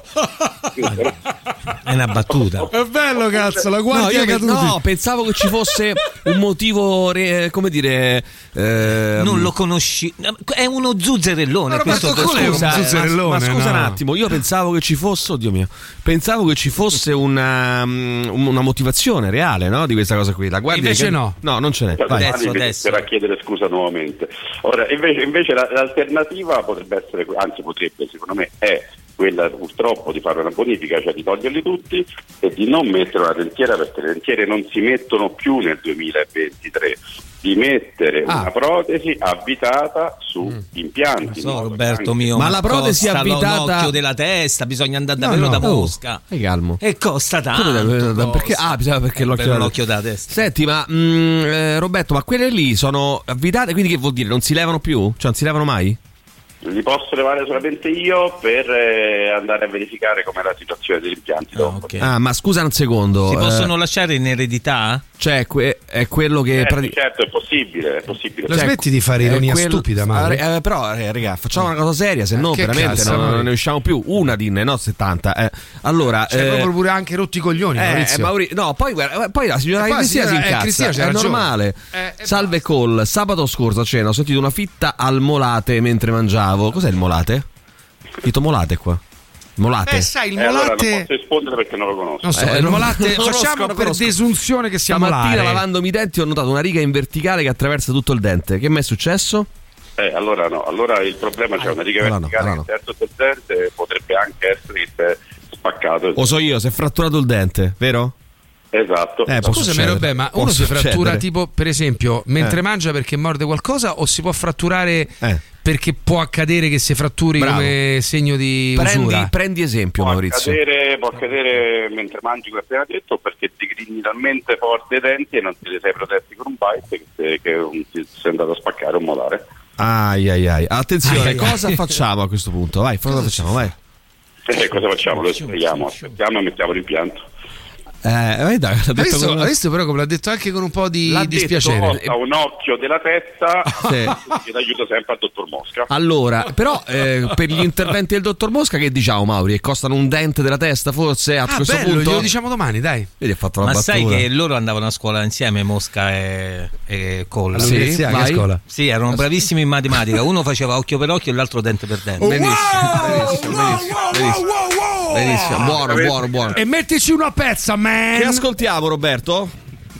S5: È una battuta.
S4: È bello, cazzo, la
S3: No,
S4: guardia
S3: io
S4: ai
S3: pe-
S4: caduti.
S3: no, pensavo che ci fosse un motivo, re- come dire, ehm,
S5: Non lo conosci. È uno zuzzerellone.
S4: Ma
S5: Questo
S4: Roberto Cole è un
S3: Scusa, eh,
S4: zuzzerellone,
S3: ma, ma scusa
S4: no.
S3: un attimo, io pensavo che ci fosse, oddio mio, pensavo che ci fosse una, mm, una motivazione reale, no, di questa cosa qui. La guardia
S4: Invece
S3: che-
S4: no.
S3: no, non ce n'è. Vai.
S5: Adesso, adesso.
S18: Per chiedere scusa nuovamente. Ora, invece, invece la- l'alternativa potrebbe essere, anzi potrebbe, secondo me, è quella purtroppo di fare una bonifica, cioè di toglierli tutti e di non mettere una dentiera, perché le dentiere non si mettono più nel duemilaventitré, di mettere
S3: Ah.
S18: una protesi avvitata su impianti.
S5: So,
S18: no?
S5: Roberto
S18: Anche-
S5: mio,
S3: Ma la protesi
S5: costa
S3: avvitata-
S5: l'occhio della testa, bisogna andare
S3: No,
S5: davvero
S3: no.
S5: da
S3: Oh,
S5: Mosca.
S3: stai calmo.
S5: E costa tanto.
S3: Come da- da- perché?
S5: costa.
S3: Ah, bisogna perché
S5: Eh,
S3: l'occhio
S5: per
S3: della-
S5: l'occhio della testa.
S3: Senti, ma mm, eh, Roberto, ma quelle lì sono avvitate, quindi che vuol dire? Non si levano più? Cioè non si levano mai?
S18: Li posso levare solamente io per eh, andare a verificare com'è la situazione degli impianti dopo.
S5: Ok.
S3: Ah, ma scusa un secondo.
S5: Si
S3: eh,
S5: possono lasciare in eredità?
S3: Cioè, que- è quello che...
S18: Eh,
S3: prati-
S18: certo, è possibile, è possibile.
S4: La
S3: Cioè,
S4: smetti di fare
S3: è
S4: ironia
S3: quello-
S4: stupida,
S3: Ah,
S4: Mauri?
S3: eh, però, eh, raga, facciamo una cosa seria, se no
S4: che
S3: veramente
S4: cazzo,
S3: non,
S4: Mauri?
S3: non ne usciamo più. Una dinne, no? settanta. Eh. Allora,
S4: Cioè,
S3: eh,
S4: proprio pure anche rotti i coglioni,
S3: eh,
S4: Maurizio.
S3: Mauri- no, poi, guarda, poi la signora
S4: E poi la
S3: Cristina si
S4: signora- eh,
S3: incazza,
S4: Cristina c'ha
S3: è
S4: ragione.
S3: normale.
S4: Eh, e
S3: Salve Call, sabato scorso a cena ho sentito una fitta al molate mentre mangiavo. Cos'è il molate? Fito molate qua. Molate.
S4: Eh, sai, il
S18: Eh, allora non
S4: molate...
S18: posso rispondere perché non lo conosco.
S4: Non so,
S3: Eh,
S4: il
S3: non-
S4: molate...
S3: non lo conosco,
S4: Facciamo
S3: non
S4: per
S3: conosco.
S4: desunzione che sia
S3: Stamattina
S4: molare.
S3: lavandomi i denti ho notato una riga in verticale che attraversa tutto il dente. Che mi è successo?
S18: Eh, allora no, allora il problema c'è una riga
S3: allora no,
S18: verticale
S3: allora no.
S18: che terzo del dente potrebbe anche essere che si è spaccato.
S3: O so io, si è fratturato il dente, vero?
S18: Esatto.
S3: Eh, può
S4: Scusami,
S3: succedere.
S4: Robè, ma
S3: Può
S4: uno si
S3: succedere.
S4: frattura tipo, per esempio, mentre
S3: Eh.
S4: mangia perché morde qualcosa, o si può fratturare
S3: Eh.
S4: perché può accadere che si fratturi
S3: Bravo.
S4: come segno di
S3: Prendi,
S4: usura?
S3: prendi esempio,
S18: Può
S3: Maurizio.
S18: accadere, può accadere mentre mangi, come appena detto, perché ti grigni talmente forte i denti e non te li sei protetti con un bite che, che un- ti sei andato a spaccare un molare.
S3: Ai ai ai. Attenzione,
S4: Ai, ai,
S3: cosa
S4: ai.
S3: facciamo a questo punto? Vai, cosa facciamo? Vai.
S18: E cosa facciamo? Lo spieghiamo, aspettiamo e mettiamo l'impianto.
S3: Eh, vai, dai, l'ha
S4: Hai
S3: detto
S4: visto,
S3: con-
S4: hai visto però come l'ha detto anche con un po' di
S3: L'ha detto,
S4: dispiacere.
S18: A un occhio della testa
S3: Sì.
S18: io aiuto sempre al dottor Mosca.
S3: Allora, però eh, per gli interventi del dottor Mosca che diciamo, Mauri? Che costano un dente della testa forse a
S4: Ah,
S3: questo
S4: bello,
S3: punto?
S4: glielo diciamo domani, dai.
S3: Vedi, ha fatto la
S5: Ma
S3: battuta.
S5: sai che loro andavano a scuola insieme, Mosca e, e Cole?
S3: Sì,
S4: All'università, che
S3: vai.
S4: scuola?
S5: Sì, erano bravissimi in matematica. Uno faceva occhio per occhio e l'altro dente per dente.
S3: Benissimo, benissimo, benissimo, benissimo. Benissimo, buono, buono, buono.
S4: E mettici una pezza, man.
S3: Che ascoltiamo, Roberto?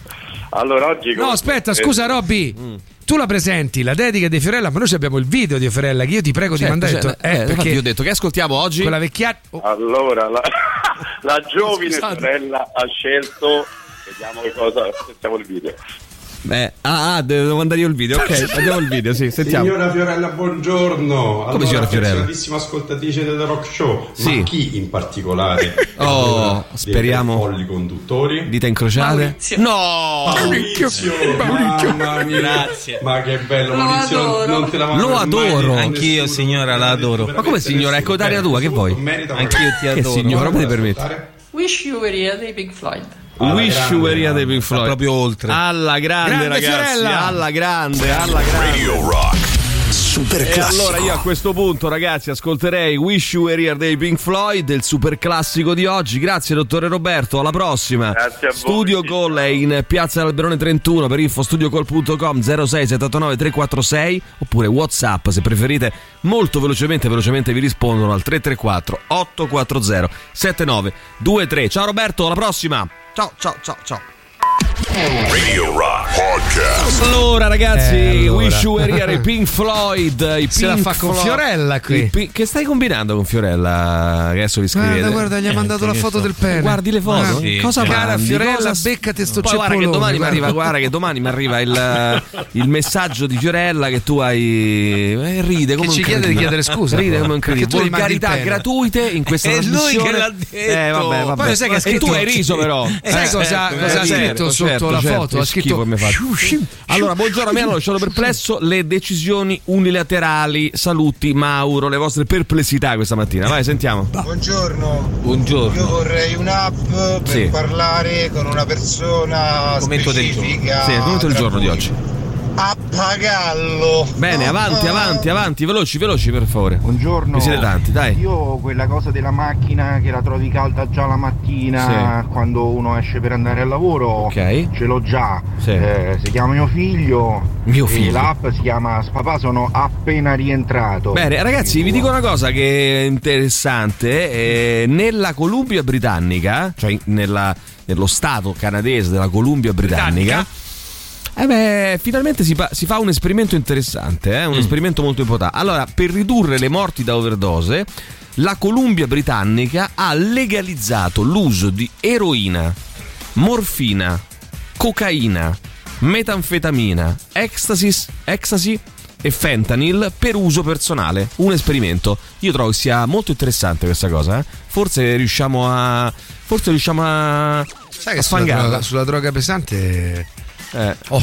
S18: Allora oggi
S4: No, aspetta, scusa, Robby.
S3: Mm.
S4: Tu la presenti, la dedica di Fiorella, ma noi abbiamo il video di Fiorella che io ti prego
S3: Certo,
S4: di mandare.
S3: certo.
S4: eh,
S3: Eh, infatti
S4: perché
S3: io ho detto che ascoltiamo oggi.
S4: quella vecchiata. oh,
S18: Allora, la, la giovane
S4: Scusate.
S18: sorella ha scelto, vediamo che cosa, sentiamo il video.
S3: Beh, ah, ah, devo mandare io il video. Ok, andiamo il video, sì, sentiamo.
S14: Signora Fiorella, buongiorno.
S3: Come signora Fiorella?
S14: Personalissima ascoltatrice del Rock Show.
S3: Sì.
S14: Ma chi in particolare?
S3: Oh, speriamo.
S14: Folli conduttori.
S3: Dita incrociate.
S14: Maurizio.
S3: No!
S14: Maurizio, Maurizio. Mamma mia.
S5: Grazie.
S14: Ma che bello,
S12: Lo
S14: Maurizio, non,
S12: adoro.
S14: non te la
S3: Lo adoro.
S5: Anch'io, signora, la adoro.
S3: Ma come signora? È coetaria tua, che vuoi?
S5: Anch'io ti
S3: Che
S5: adoro.
S3: signora, come ti permetti?
S12: Wish You Were Here dei Pink Floyd.
S14: Alla
S3: Wish
S14: grande,
S3: You Were Here dei Pink
S5: Sta
S3: Floyd.
S5: proprio oltre.
S3: Alla grande,
S4: Grande
S3: ragazzi,
S4: Fiorella.
S3: alla grande, alla grande.
S2: Radio Rock.
S1: Super
S3: E
S1: classico.
S3: allora io a questo punto, ragazzi, ascolterei Wish You Were Here dei Pink Floyd, il super classico di oggi. Grazie dottore Roberto, alla prossima.
S18: Grazie a voi.
S3: Studio Call è in Piazza Alberone trentuno, per info studiocall punto com zero sei settantanove trecentoquarantasei, oppure WhatsApp se preferite. Molto velocemente, velocemente vi rispondono al tre tre quattro otto quattro zero sette nove due tre. Ciao Roberto, alla prossima. Ciao, ciao, ciao, ciao.
S2: Radio Rock Podcast.
S3: Allora ragazzi,
S4: Eh, allora.
S3: Wish You Were Here, i Pink Floyd, i
S4: Se la
S3: Pink
S4: fa con
S3: Floyd.
S4: Fiorella qui.
S3: I Pink- Che stai combinando con Fiorella? Che adesso vi scrivete.
S4: Guarda, guarda, gli ha mandato la foto del pene.
S3: Guardi le foto?
S4: Guarda,
S5: Sì.
S3: Cosa
S4: Cara
S3: mandi?
S4: Fiorella,
S3: Cosa-
S4: beccate sto
S3: Poi guarda che
S4: ceppolone,
S3: domani mi
S4: guarda.
S3: arriva, guarda che domani mi arriva il, il messaggio di Fiorella che tu hai eh, ride come
S4: Che
S3: un
S4: ci chiede di
S3: cretino.
S4: chiedere scusa.
S3: Ride come un cretino.
S4: Perché tu gli mandi il
S3: Volgarità
S4: pene.
S3: gratuite in questa
S5: È lui
S3: trasmissione.
S5: che l'ha detto.
S3: Eh vabbè, vabbè.
S4: Poi sai che ha
S3: E
S4: scritto-
S3: tu hai riso però.
S4: Sai
S3: Eh,
S4: cosa,
S3: eh,
S4: cosa ha
S3: eh,
S4: scritto
S3: certo,
S4: sotto
S3: certo,
S4: la
S3: certo,
S4: foto? Ha
S3: che
S4: scritto
S3: schifo che mi fa. Allora, buongiorno, a me hanno lasciato perplesso le decisioni unilaterali. Saluti Mauro, le vostre perplessità questa mattina. Vai, sentiamo.
S19: Buongiorno.
S5: Buongiorno.
S19: Io vorrei un'app per
S3: Sì.
S19: parlare con una persona
S5: Commento del
S19: specifica.
S3: Sì, è il commento del
S19: tra
S3: giorno di
S19: voi.
S3: oggi.
S19: Appagallo.
S3: Bene, avanti, avanti, avanti, veloci, veloci per favore.
S19: Buongiorno.
S3: Che siete tanti, dai.
S19: Io quella cosa della macchina che la trovi calda già la mattina quando uno esce per andare al lavoro,
S3: Ok.
S19: ce l'ho già.
S3: Sì.
S19: Eh, si chiama mio figlio.
S3: Mio
S19: e
S3: figlio.
S19: l'app si chiama Papà sono appena rientrato.
S3: Bene, ragazzi, vi dico una cosa che è interessante. Eh, nella Columbia Britannica, cioè nella- nello stato canadese della Columbia Britannica, eh beh, finalmente si, pa- si fa un esperimento interessante, eh? un
S5: Mm.
S3: esperimento molto importante. Allora, per ridurre le morti da overdose, la Columbia Britannica ha legalizzato l'uso di eroina, morfina, cocaina, metanfetamina, ecstasy, ecstasy e fentanyl per uso personale. Un esperimento. Io trovo che sia molto interessante questa cosa, eh? Forse riusciamo a forse riusciamo a
S4: Sai che
S3: a
S4: sulla
S3: sfangarla.
S4: droga, sulla droga pesante.
S3: Eh.
S4: Oh.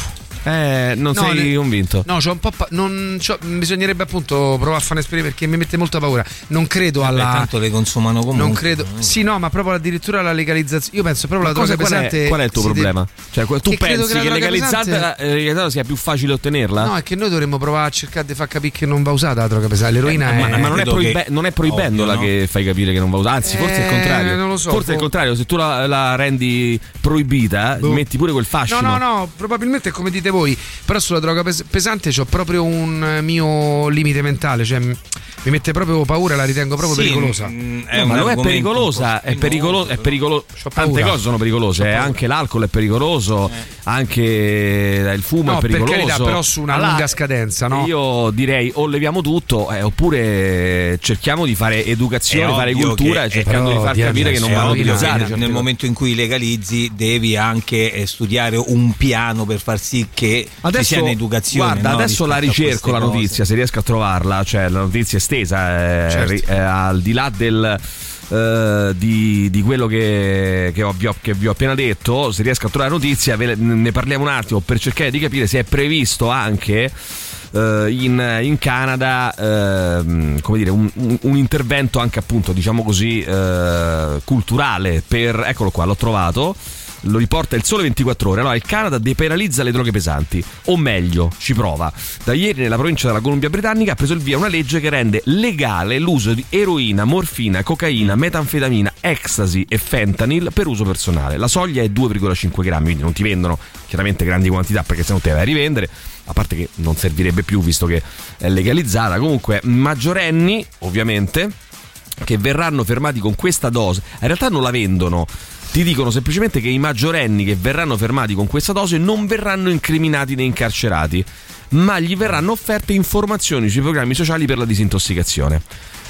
S3: Eh, non
S4: No,
S3: sei
S4: ne-
S3: convinto?
S4: No, c'ho un po' pa- non c'ho- bisognerebbe appunto provare a fare un esperimento perché mi mette molta paura. Non credo
S5: Vabbè,
S4: alla
S5: tanto le consumano comunque.
S4: Non credo. Sì, no, ma proprio addirittura la legalizzazione. Io penso proprio
S3: Ma
S4: la droga
S3: cosa- qual,
S4: pesante.
S3: è, qual è il tuo
S4: si
S3: problema?
S4: deve-
S3: Cioè, que- tu
S4: Che credo
S3: pensi
S4: che
S3: che,
S4: la droga
S3: legalizzata,
S4: pesante-
S3: eh, legalizzata sia più facile ottenerla?
S4: No, è che noi dovremmo provare a cercare di far capire che non va usata la droga pesante. L'eroina
S3: Eh,
S4: è.
S3: ma, ma non, è
S5: credo
S3: proibe-
S5: che-
S3: non è proibendola
S5: ovvio, no?
S3: che fai capire che non va usata, anzi, forse è il
S4: Eh,
S3: contrario.
S4: non lo so,
S3: forse è il
S4: boh.
S3: contrario, se tu la, la rendi proibita,
S4: Boh.
S3: metti pure quel fascino.
S4: No, no, no, probabilmente è come dite voi. Però sulla droga pes- pesante c'ho proprio un mio limite mentale. Cioè, m- mi mette proprio paura e la ritengo proprio
S5: Sì,
S4: pericolosa.
S5: mm, è
S3: No,
S5: un
S3: ma non è
S5: argomento
S3: pericolosa,
S5: un po'
S3: è pericoloso, è pericoloso. Tante
S4: paura.
S3: cose sono pericolose, eh, anche l'alcol è pericoloso, anche il fumo
S4: No,
S3: è
S4: per
S3: pericoloso.
S4: carità, però su una
S3: Allora,
S4: lunga scadenza, no?
S3: Io direi o leviamo tutto, eh, oppure cerchiamo di fare educazione,
S5: È
S3: fare
S5: ovvio
S3: cultura,
S5: che-
S3: cercando
S5: però,
S3: di far
S5: Diana,
S3: capire che non
S5: è
S3: vanno
S5: ovvio
S3: utilizzate.
S5: che
S3: certe
S5: nel
S3: cose.
S5: momento in cui legalizzi devi anche eh, studiare un piano per far sì che ci sia un'educazione.
S3: Guarda,
S5: no,
S3: adesso la
S5: rispetto a
S3: ricerco la
S5: queste cose.
S3: notizia, se riesco a trovarla, cioè la notizia estesa, eh,
S5: Certo.
S3: ri- eh, al di là del eh, di, di quello che, che, ho- vi ho, che vi ho appena detto, se riesco a trovare la notizia ve le- ne parliamo un attimo per cercare di capire se è previsto anche eh, in, in Canada ehm, come dire un, un- un intervento anche appunto diciamo così eh, culturale per, eccolo qua, l'ho trovato. Lo riporta il Sole ventiquattro Ore. Allora, il Canada depenalizza le droghe pesanti, o meglio, ci prova. Da ieri nella provincia della Columbia Britannica ha preso il via una legge che rende legale l'uso di eroina, morfina, cocaina, metanfetamina, ecstasy e fentanyl per uso personale. La soglia è due virgola cinque grammi, quindi non ti vendono chiaramente grandi quantità perché se no te la vai a rivendere, a parte che non servirebbe più visto che è legalizzata. Comunque maggiorenni, ovviamente, che verranno fermati con questa dose, in realtà non la vendono. Ti dicono semplicemente che i maggiorenni che verranno fermati con questa dose non verranno incriminati né incarcerati, ma gli verranno offerte informazioni sui programmi sociali per la disintossicazione.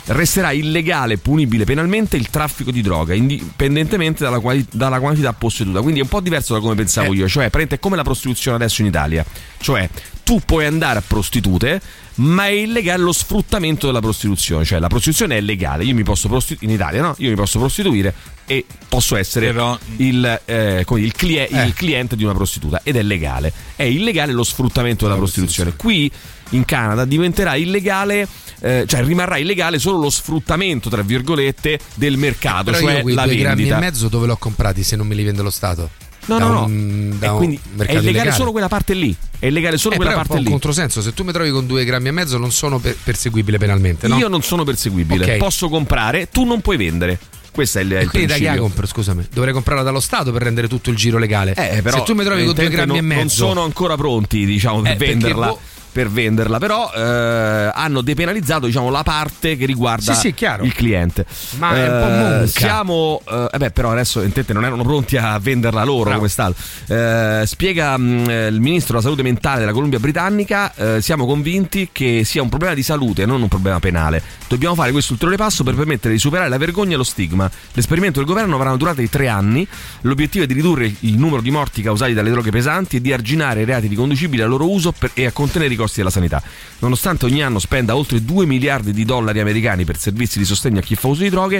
S3: resterà illegale, punibile penalmente il traffico di droga, indipendentemente dalla, quali- dalla quantità posseduta. Quindi è un po' diverso da come pensavo
S4: Eh.
S3: io, cioè prende come la prostituzione adesso in Italia, cioè tu puoi andare a prostitute, ma è illegale lo sfruttamento della prostituzione, cioè la prostituzione è legale, io mi posso prostitu- in Italia, no? Io mi posso prostituire e posso essere
S5: Però-
S3: il, eh, come dire, il, clie-
S4: Eh.
S3: il cliente di una prostituta, ed è legale. È illegale lo sfruttamento della prostituzione. Qui in Canada diventerà illegale, eh, cioè rimarrà illegale solo lo sfruttamento, tra virgolette, del mercato,
S4: Però
S3: cioè
S4: io quei
S3: la
S4: due grammi
S3: vendita.
S4: e mezzo dove l'ho comprati se non me li vende lo Stato?
S3: No,
S4: Da
S3: no,
S4: un-
S3: no.
S4: da
S3: E
S4: un
S3: quindi è
S4: mercato
S3: illegale
S4: illegale.
S3: solo quella parte lì. È illegale solo
S4: Eh,
S3: quella
S4: però è un
S3: parte
S4: po' un
S3: lì.
S4: controsenso, se tu mi trovi con due grammi e mezzo non sono per- perseguibile penalmente, no?
S3: Io non sono perseguibile,
S4: Ok.
S3: posso comprare, tu non puoi vendere. Questo è il,
S4: E
S3: il
S4: quindi da chi la
S3: principio.
S4: compro, scusami? Dovrei comprarla dallo Stato per rendere tutto il giro legale.
S3: Eh, però
S4: se tu mi trovi con due
S3: evidentemente
S4: grammi
S3: non,
S4: e mezzo,
S3: non sono ancora pronti, diciamo, per
S4: Eh, perché
S3: venderla.
S4: boh-
S3: Per venderla, però eh, hanno depenalizzato, diciamo, la parte che riguarda
S4: Sì, sì, chiaro.
S3: il cliente.
S4: Ma è un po'
S3: Eh,
S4: monca.
S3: Siamo, eh, eh beh, però adesso intende, non erano pronti a venderla loro
S4: Bravo.
S3: come sta. Eh, spiega mh, il ministro della salute mentale della Columbia Britannica: eh, siamo convinti che sia un problema di salute, non un problema penale. Dobbiamo fare questo ulteriore passo per permettere di superare la vergogna e lo stigma. L'esperimento del governo avrà una durata di tre anni. L'obiettivo è di ridurre il numero di morti causati dalle droghe pesanti e di arginare i reati riconducibili al loro uso per, e a contenere i costi della sanità. Nonostante ogni anno spenda oltre due miliardi di dollari americani per servizi di sostegno a chi fa uso di droghe,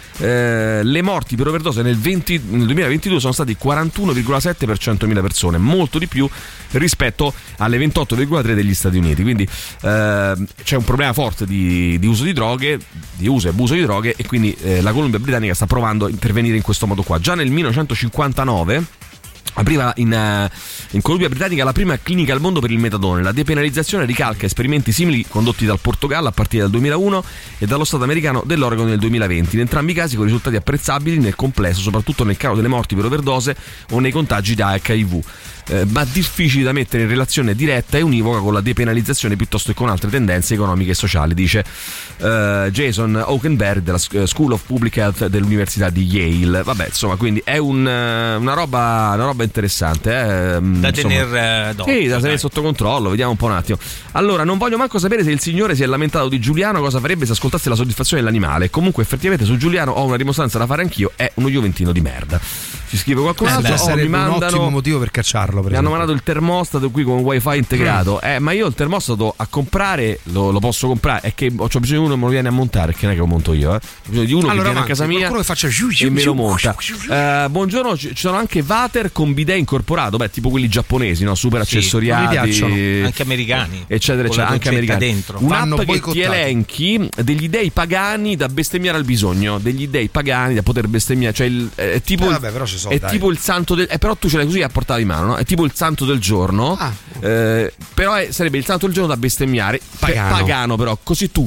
S3: eh, le morti per overdose nel, venti, nel duemilaventidue sono stati quarantuno virgola sette per centomila persone, molto di più rispetto alle ventotto virgola tre degli Stati Uniti. Quindi eh, c'è un problema forte di, di uso di droghe, di uso e abuso di droghe, e quindi eh, la Columbia Britannica sta provando a intervenire in questo modo qua. Già nel millenovecentocinquantanove apriva in, uh, in Columbia Britannica la prima clinica al mondo per il metadone. La depenalizzazione ricalca esperimenti simili condotti dal Portogallo a partire dal duemilauno e dallo Stato americano dell'Oregon nel duemilaventi. In entrambi i casi con risultati apprezzabili nel complesso, soprattutto nel calo delle morti per overdose o nei contagi da H I V. Eh, ma difficili da mettere in relazione diretta e univoca con la depenalizzazione piuttosto che con altre tendenze economiche e sociali, dice eh, Jason Hockenberg della School of Public Health dell'Università di Yale. Vabbè, insomma, quindi è un, una roba una roba interessante, eh,
S5: da
S3: insomma.
S5: tenere eh,
S3: Sì, da tenere sotto controllo. Vediamo un po' un attimo. Allora, non voglio manco sapere se il signore si è lamentato di Giuliano, cosa farebbe se ascoltasse la soddisfazione dell'animale. Comunque effettivamente su Giuliano ho una dimostranza da fare anch'io, è uno juventino di merda. Ci scrive qualcun
S4: Eh,
S3: altro,
S4: beh,
S3: oh,
S4: sarebbe
S3: mi mandano
S4: un ottimo motivo per cacciarlo, per
S3: mi hanno
S4: esempio.
S3: mandato il termostato qui con wifi integrato.
S4: Mm.
S3: Eh, ma io il termostato a comprare lo, lo posso comprare. È che ho bisogno di uno che me lo viene a montare, perché non è che lo monto io, eh. Ho bisogno di uno
S4: Allora,
S3: che viene a
S4: avanti,
S3: casa mia
S4: qualcuno che faccia giu, giu,
S3: e me
S4: giu,
S3: lo monta. Eh, buongiorno, ci ci sono anche water con bidet incorporato, beh, tipo quelli giapponesi, no? Super
S5: Sì,
S3: accessoriati,
S5: mi piacciono. Anche americani.
S3: eccetera,
S5: Con la
S3: eccetera, anche
S5: docetta
S3: americani.
S5: dentro.
S3: Un'app
S4: Vanno
S3: che ti
S4: boicottati.
S3: elenchi degli dei pagani da bestemmiare al bisogno, degli dei pagani da poter bestemmiare, cioè il, è tipo
S4: Eh,
S3: il-
S4: vabbè, però ci sono,
S3: è
S4: dai.
S3: tipo il santo del, eh, però tu ce l'hai così a portata di mano, no? È tipo il santo del giorno.
S4: Ah.
S3: Eh, però è- sarebbe il santo del giorno da bestemmiare,
S4: Pagano.
S3: Pe- pagano però, così tu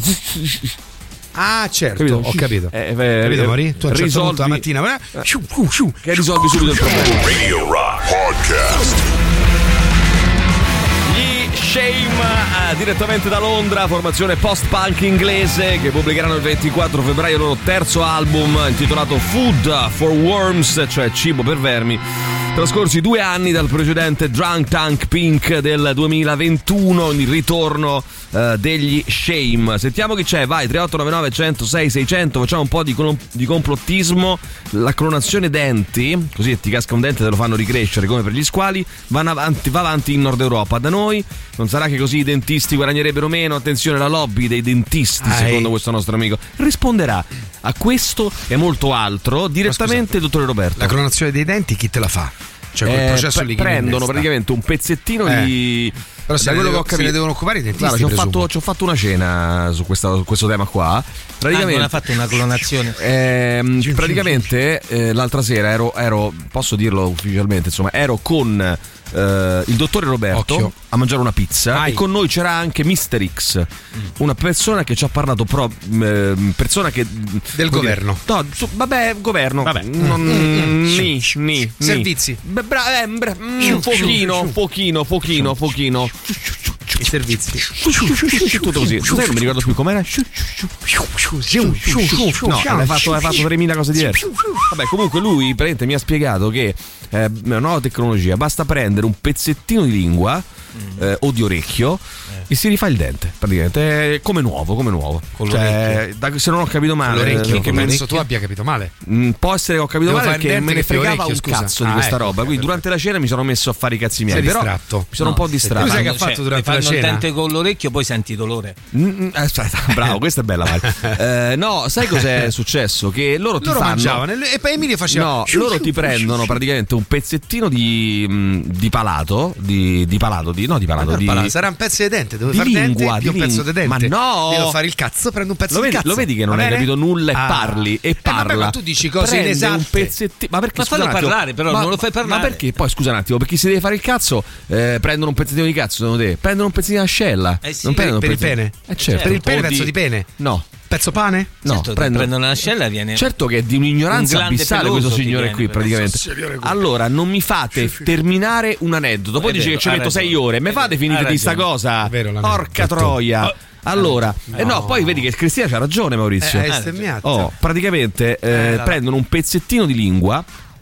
S4: Ah, certo,
S3: Capito?
S4: ho capito.
S3: Eh, eh,
S4: capito,
S3: eh,
S4: Mari? Tu a un certo
S3: risolvi-
S4: punto la mattina eh, sciu, sciu, sciu.
S3: che risolvi subito il problema.
S2: Radio Rock Podcast.
S3: Gli Shame, eh, direttamente da Londra, formazione post-punk inglese che pubblicheranno il ventiquattro febbraio il loro terzo album intitolato Food for Worms, cioè cibo per vermi. Trascorsi due anni dal precedente Drunk Tank Pink del duemilaventuno, il ritorno eh, degli Shame. Sentiamo chi c'è, vai, tre otto nove nove uno zero sei sei zero zero, facciamo un po' di, clon- di complottismo. La clonazione denti, così ti casca un dente e te lo fanno ricrescere come per gli squali, vanno avanti, va avanti in Nord Europa. Da noi non sarà che così i dentisti guadagnerebbero meno? Attenzione, la lobby dei dentisti,
S4: Ai.
S3: secondo questo nostro amico, risponderà a questo e molto altro direttamente il dottore Roberto.
S4: La clonazione dei denti chi te la fa? Cioè quel
S3: Eh,
S4: processo
S3: pre-
S4: lì che mi
S3: prendono
S4: innesta.
S3: praticamente un pezzettino
S4: Eh.
S3: di
S4: Però se
S3: da
S4: ne,
S3: quello
S4: devo-
S3: che ho
S4: se ne
S3: capito.
S4: devono occupare i dentisti,
S3: Guarda, ci ho
S4: presumo.
S3: fatto, ci ho fatto una cena su, questa, su questo tema qua. Praticamente,
S5: Ah, non ha fatto una clonazione.
S3: ehm, praticamente eh, l'altra sera ero, ero, posso dirlo ufficialmente, insomma, ero con eh, il dottore Roberto
S4: Occhio.
S3: a mangiare una pizza
S4: Vai.
S3: e con noi c'era anche mister X, una persona che ci ha parlato pro, eh, persona che
S4: Del
S3: come dire-
S4: governo.
S3: no, su- vabbè, governo.
S5: Vabbè.
S3: Non,
S4: Mm.
S3: ni, ni, ni.
S4: Servizi.
S3: Beh, bra- eh, bra- mm,
S4: Sciu,
S3: pochino,
S4: sciu, sciu.
S3: pochino, pochino, pochino.
S4: I servizi.
S3: Tutto così. Sai, non mi ricordo più com'era. No, hai fatto, hai fatto tremila cose diverse. Vabbè, comunque lui praticamente mi ha spiegato che eh, è una nuova tecnologia, basta prendere un pezzettino di lingua, mm. eh, o di orecchio eh. e si rifà il dente, praticamente è come nuovo, come nuovo. Con cioè, da, se non ho capito male,
S4: l'orecchio,
S3: eh,
S4: che penso tu abbia capito male.
S3: Mh, può essere che ho capito
S4: Devo
S3: male perché me ne fregava un
S4: scusa.
S3: cazzo
S4: ah,
S3: di questa
S4: ecco,
S3: roba, quindi durante la cena mi sono messo a fare i cazzi miei,
S4: sei
S3: però
S4: distratto.
S3: mi sono
S4: no,
S3: un po' distratto.
S4: Cos'è che ha fatto cioè, durante la cena?
S5: Fanno il dente con l'orecchio, poi senti dolore.
S3: Mm, aspetta, bravo, questa è bella. eh, no, sai cos'è successo? Che loro ti
S4: loro
S3: fanno
S4: mangiavano e poi Emilio faceva
S3: no, loro ti prendono praticamente un pezzettino di, mh, di palato, di, di palato, di no di palato, di
S4: palato. Sarà un pezzo di dente, devo
S3: di
S4: fare
S3: lingua,
S4: dente,
S3: di
S4: un
S3: ling-
S4: pezzo di dente.
S3: Ma no,
S4: devo fare il cazzo, prendo un pezzo
S3: lo
S4: di
S3: vedi,
S4: cazzo.
S3: lo vedi che non
S4: Va
S3: hai
S4: bene?
S3: capito nulla e
S4: ah.
S3: parli e
S4: eh,
S3: parla.
S4: vabbè, ma tu dici cose
S3: prende
S4: inesatte.
S3: un pezzettino, ma perché
S5: ma fallo parlare, però
S3: ma,
S5: non lo fai parlare.
S3: Ma perché poi scusa un attimo, perché se devi fare il cazzo eh, prendono un pezzettino di cazzo, secondo te? Prendono un pezzettino di ascella.
S5: Eh sì,
S3: non
S4: per,
S3: prendono
S4: per
S3: un
S4: il pene.
S3: Eh certo.
S4: Per il pene,
S3: O
S4: pezzo
S3: di...
S4: di pene.
S3: No.
S4: Pezzo pane?
S3: No,
S5: certo,
S3: prendono,
S5: prendono un'ascella viene.
S3: Certo che è di un'ignoranza
S5: un
S3: abissale questo signore qui, praticamente. Allora, non mi fate terminare un aneddoto. Poi dice che ci metto sei ore. Me fate finire di sta cosa? Porca troia. Allora, no. Eh no, poi vedi che Cristina c'ha ragione, Maurizio.
S4: Eh, eh,
S3: oh, praticamente eh, eh, prendono un pezzettino di lingua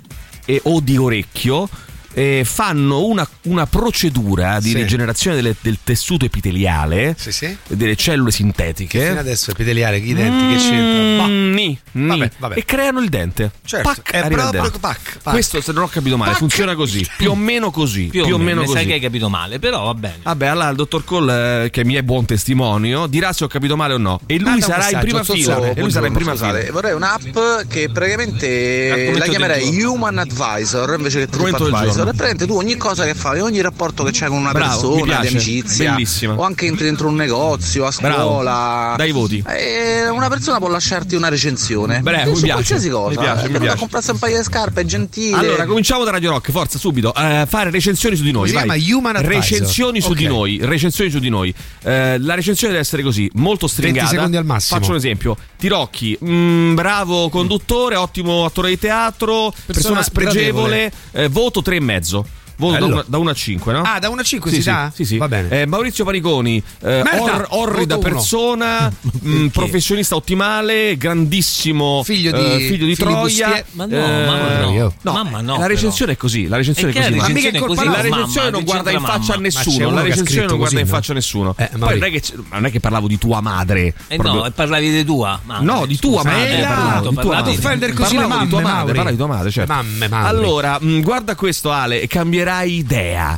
S3: e, o di orecchio. Eh, fanno una, una procedura di sì. rigenerazione delle, del tessuto epiteliale,
S4: sì, sì.
S3: delle cellule sintetiche.
S4: Che fino adesso epiteliale, che i denti, mm, che c'entra?
S3: Ni, ni.
S4: Vabbè, vabbè.
S3: E creano il dente.
S4: Certo,
S3: pac,
S4: è proprio pac, pac.
S3: Questo, se non ho capito male, pac. funziona così, più o meno così.
S5: Più,
S3: più o meno
S5: così.
S3: così.
S5: Sai che hai capito male, però va bene.
S3: Vabbè, allora il dottor Cole, eh, che mi è buon testimonio, dirà se ho capito male o no. E lui
S4: Manda
S3: sarà in prima fila.
S20: So,
S3: e lui sarà in prima
S20: scusate,
S3: fila.
S20: Vorrei un'app che praticamente la chiamerei Human Advisor invece che Trip Advisor. E praticamente tu ogni cosa che fai, ogni rapporto che c'hai con una
S3: Bravo,
S20: persona di amicizia,
S3: bellissima.
S20: o anche entri dentro un negozio, a scuola,
S3: Bravo. Dai voti.
S20: E una persona può lasciarti una recensione.
S3: Bravo, mi
S20: su
S3: piace,
S20: qualsiasi cosa.
S3: mi piace, mi piace.
S20: Comprarsi un paio di scarpe, è gentile.
S3: Allora, cominciamo da Radio Rock, forza, subito. Uh, fare recensioni su di noi.
S4: Si
S3: vai.
S4: chiama Human Advisor.
S3: Recensioni su
S4: okay.
S3: di noi. Recensioni su di noi. Uh, la recensione deve essere così, molto stringata.
S4: venti secondi al massimo.
S3: Faccio un esempio. Tirocchi, mh, bravo conduttore, ottimo attore di teatro, persona, persona spregevole, eh, voto tre e mezzo. Voto da uno a cinque, no?
S4: Ah, da uno a cinque
S3: sì,
S4: si
S3: sì,
S4: dà?
S3: Sì, sì.
S4: Va bene.
S3: Eh, Maurizio Paniconi, eh, or, orrida persona, mh, professionista ottimale, grandissimo
S4: figlio di,
S3: eh, figlio di Troia.
S5: Ma no, eh, mamma no.
S3: no.
S5: Mamma no.
S3: La recensione è così. La recensione è così.
S5: La
S3: recensione,
S5: è così,
S3: la recensione non guarda in faccia a nessuno. La recensione non guarda in faccia a nessuno. Poi non è, che, non è che parlavo di tua madre.
S5: Eh no, parlavi di tua madre.
S3: No, di tua madre.
S4: Parlavo di tua madre. Offendere così le mamme,
S3: parlavi di tua madre, certo.
S4: Mamme, mamme.
S3: Allora, guarda questo, Ale, cambierai idea.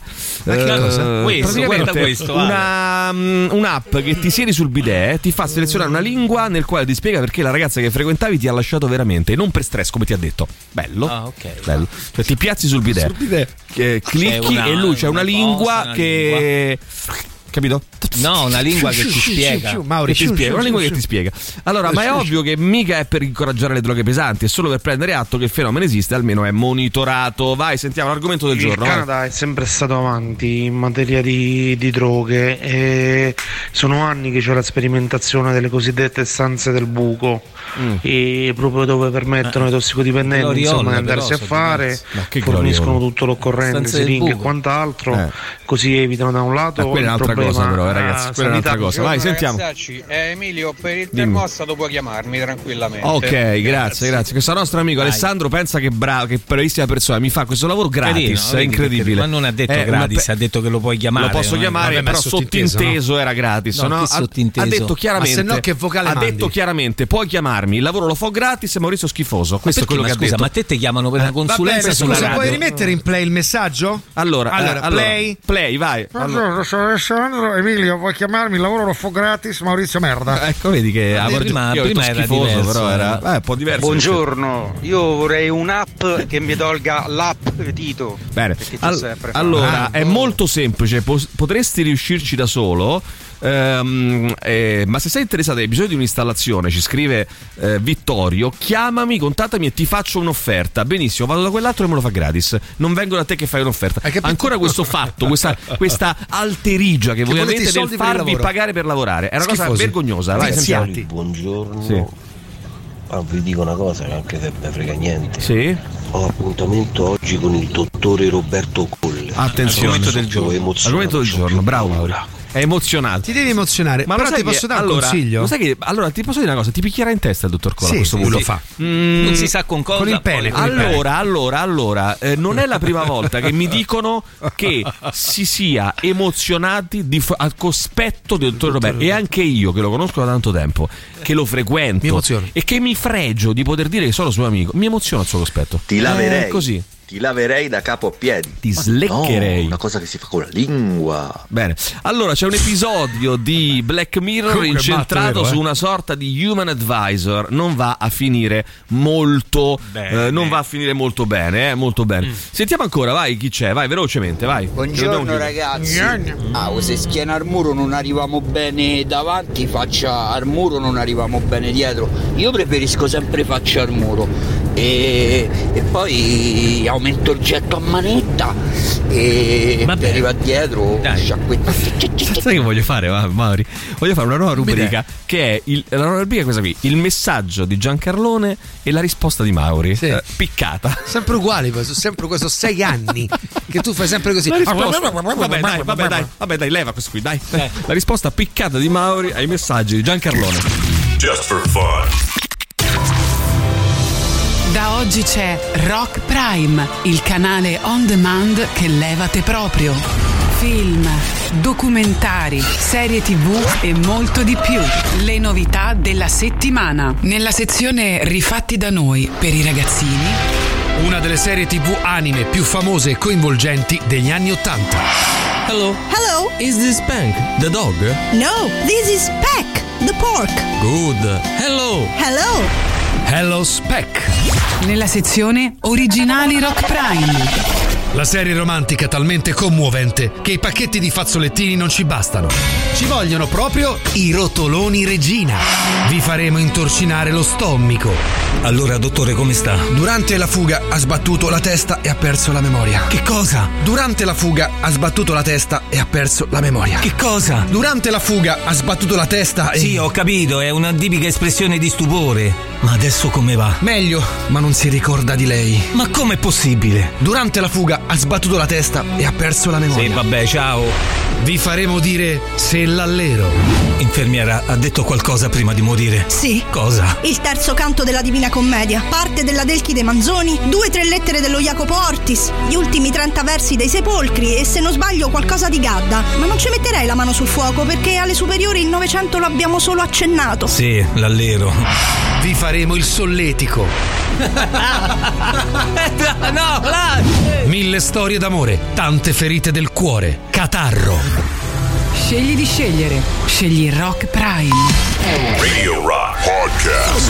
S5: Uh, questo, guarda questo,
S3: una, um, un'app che ti siedi sul bidet, ti fa selezionare una lingua nel quale ti spiega perché la ragazza che frequentavi ti ha lasciato veramente, e non per stress come ti ha detto. Bello,
S5: ah, okay,
S3: bello. Cioè ti piazzi sul bidet,
S4: sul bidet.
S3: Che, clicchi
S5: una,
S3: e lui c'è una, una lingua
S5: cosa,
S3: che
S5: una
S3: capito?
S5: No, una lingua che ti spiega.
S3: Mauri, che ti spiega, una lingua che ti spiega. Allora, ma è ovvio che mica è per incoraggiare le droghe pesanti, è solo per prendere atto che il fenomeno esiste, almeno è monitorato. Vai, sentiamo l'argomento del giorno.
S21: Il Canada vai. È sempre stato avanti in materia di, di droghe e sono anni che c'è la sperimentazione delle cosiddette stanze del buco, mm. e proprio dove permettono ai eh. tossicodipendenti gloriole, insomma di andarsi a fare, forniscono gloriole. tutto l'occorrente, siringhe e quant'altro, eh. così evitano da un lato
S3: ma quella è un'altra cosa però, eh, ragazzi, quella è un'altra cosa. Vai, sentiamo.
S22: Eh, Emilio, per il termostato puoi chiamarmi tranquillamente.
S3: Ok, grazie, grazie. grazie. Questo nostro amico Vai. Alessandro pensa che bravo, che bravissima persona, mi fa questo lavoro gratis, Carino, è incredibile.
S5: Ma non ha detto eh, gratis, pe- ha detto che lo puoi chiamare.
S3: Lo posso chiamare, vabbè, però sottinteso, sottinteso no? Era gratis, no? no? Ha, ha detto chiaramente.
S4: Ma se no che vocale
S3: ha
S4: mandi?
S3: detto chiaramente, puoi chiamarmi, il lavoro lo fa gratis e Maurizio schifoso. Questo è quello che ha detto.
S5: Ma te te chiamano per una consulenza sulla radio.
S4: Scusa, puoi rimettere in play il messaggio?
S3: Allora,
S4: allora play,
S3: play, vai.
S21: Buongiorno, sono Alessandro. Emilio, vuoi chiamarmi? Il lavoro lo fa gratis, Maurizio merda.
S3: Ecco, vedi che
S5: ah, prima,
S3: io
S5: prima era
S3: schifoso,
S5: diverso,
S3: però era eh, un po' diverso.
S22: Buongiorno, io vorrei un'app che mi tolga l'app Tito.
S3: Bene, All- allora ah, è oh. molto semplice, potresti riuscirci da solo. Um, eh, ma se sei interessato e hai bisogno di un'installazione, ci scrive eh, Vittorio, chiamami, contattami e ti faccio un'offerta. Benissimo, vado da quell'altro e me lo fa gratis. Non vengo da te che fai un'offerta. Ancora questo fatto, questa, questa alterigia che, che voi avete del farvi per pagare per lavorare, è una Schifosi. cosa vergognosa. Vai, sentiamo.
S23: Buongiorno.
S3: Sì.
S23: Ah, vi dico una cosa che anche se ne frega niente.
S3: Sì.
S23: Ho appuntamento oggi con il dottore Roberto Colle.
S3: Attenzione,
S23: argomento del giorno.
S3: Argomento del giorno, bravo Mauro. è emozionato.
S4: Ti devi emozionare.
S3: Ma
S4: però
S3: lo sai
S4: ti posso
S3: che,
S4: dare un
S3: allora,
S4: consiglio?
S3: Lo sai che, allora ti posso dire una cosa, ti picchierà in testa il dottor Cola
S4: Sì,
S3: a questo
S4: sì,
S3: punto.
S4: lo fa.
S3: Mm,
S5: non si sa con cosa.
S4: Con il pene. Con il pene.
S3: allora, allora, allora, eh, non è la prima volta che mi dicono che si sia emozionati di, al cospetto del dottor Roberto. E anche io, che lo conosco da tanto tempo, che lo frequento
S4: Mi emoziono.
S3: e che mi fregio di poter dire che sono suo amico, mi emoziona al suo cospetto.
S6: Ti laverei.
S3: Eh, così.
S6: Ti laverei da capo a piedi.
S3: Ti sleccherei.
S6: No, una cosa che si fa con la lingua.
S3: Bene, allora c'è un episodio di Black Mirror
S4: Comunque
S3: incentrato
S4: matto, vero,
S3: su
S4: eh?
S3: una sorta di human advisor. Non va a finire molto
S5: bene.
S3: eh, non va a finire molto bene, eh, molto bene. Mm. Sentiamo ancora, vai, chi c'è? Vai velocemente, vai.
S8: Buongiorno ragazzi. Ah, se schiena al muro non arriviamo bene davanti, faccia al muro non arriviamo bene dietro. Io preferisco sempre faccia al muro. E, e poi aumento il getto a manetta e
S5: Vabbè.
S8: per arrivare dietro sciacquetta.
S3: Sai che voglio fare, Mauri? Voglio fare una nuova rubrica che è il, la nuova rubrica è questa qui: il messaggio di Giancarlone e la risposta di Mauri.
S4: Sì.
S3: Eh, piccata.
S4: Sempre uguali, poi, sono sempre questo sei anni che tu fai sempre così.
S3: La risposta- vabbè, dai, vabbè, dai, vabbè, dai, leva questo qui, dai.
S5: Eh.
S3: La risposta piccata di Mauri ai messaggi di Giancarlone.
S2: Just for fun.
S9: Da oggi c'è Rock Prime, il canale on demand che levate proprio. Film, documentari, serie tv e molto di più. Le novità della settimana. Nella sezione Rifatti da noi per i ragazzini,
S4: Una delle serie tv anime più famose e coinvolgenti degli anni Ottanta.
S24: Hello.
S25: Hello.
S24: Is this Spank, the dog?
S25: No, this is Peck, the pork.
S24: Good. Hello.
S25: Hello.
S4: Hello Spec.
S9: nella sezione Originali Rock Prime.
S4: La serie romantica talmente commovente che i pacchetti di fazzolettini non ci bastano. Ci vogliono proprio i rotoloni Regina. Vi faremo intorcinare lo stomaco.
S5: Allora, dottore, come sta?
S4: Durante la fuga ha sbattuto la testa e ha perso la memoria.
S5: Che cosa?
S4: Durante la fuga ha sbattuto la testa e ha perso la memoria.
S5: Che cosa?
S4: Durante la fuga ha sbattuto la testa e...
S5: Sì, ho capito, è una tipica espressione di stupore. Ma adesso come va?
S4: Meglio, ma non si ricorda di lei.
S5: Ma com'è possibile?
S4: Durante la fuga ha sbattuto la testa e ha perso la memoria.
S5: Sì, vabbè, ciao.
S4: Vi faremo dire se l'allero.
S5: Infermiera, ha detto qualcosa prima di morire?
S25: Sì.
S5: Cosa?
S25: Il terzo canto della Divina Commedia, parte della Delchide Manzoni, due o tre lettere dello Jacopo Ortis, gli ultimi trenta versi dei Sepolcri e, se non sbaglio, qualcosa di Gadda. Ma non ci metterei la mano sul fuoco perché alle superiori il Novecento lo abbiamo solo accennato.
S5: Sì, l'allero.
S4: Vi faremo il solletico.
S5: No, là!
S4: Mille storie d'amore, tante ferite del cuore, catarro.
S9: Scegli di scegliere. Scegli Rock Prime.
S2: Radio Rock Podcast.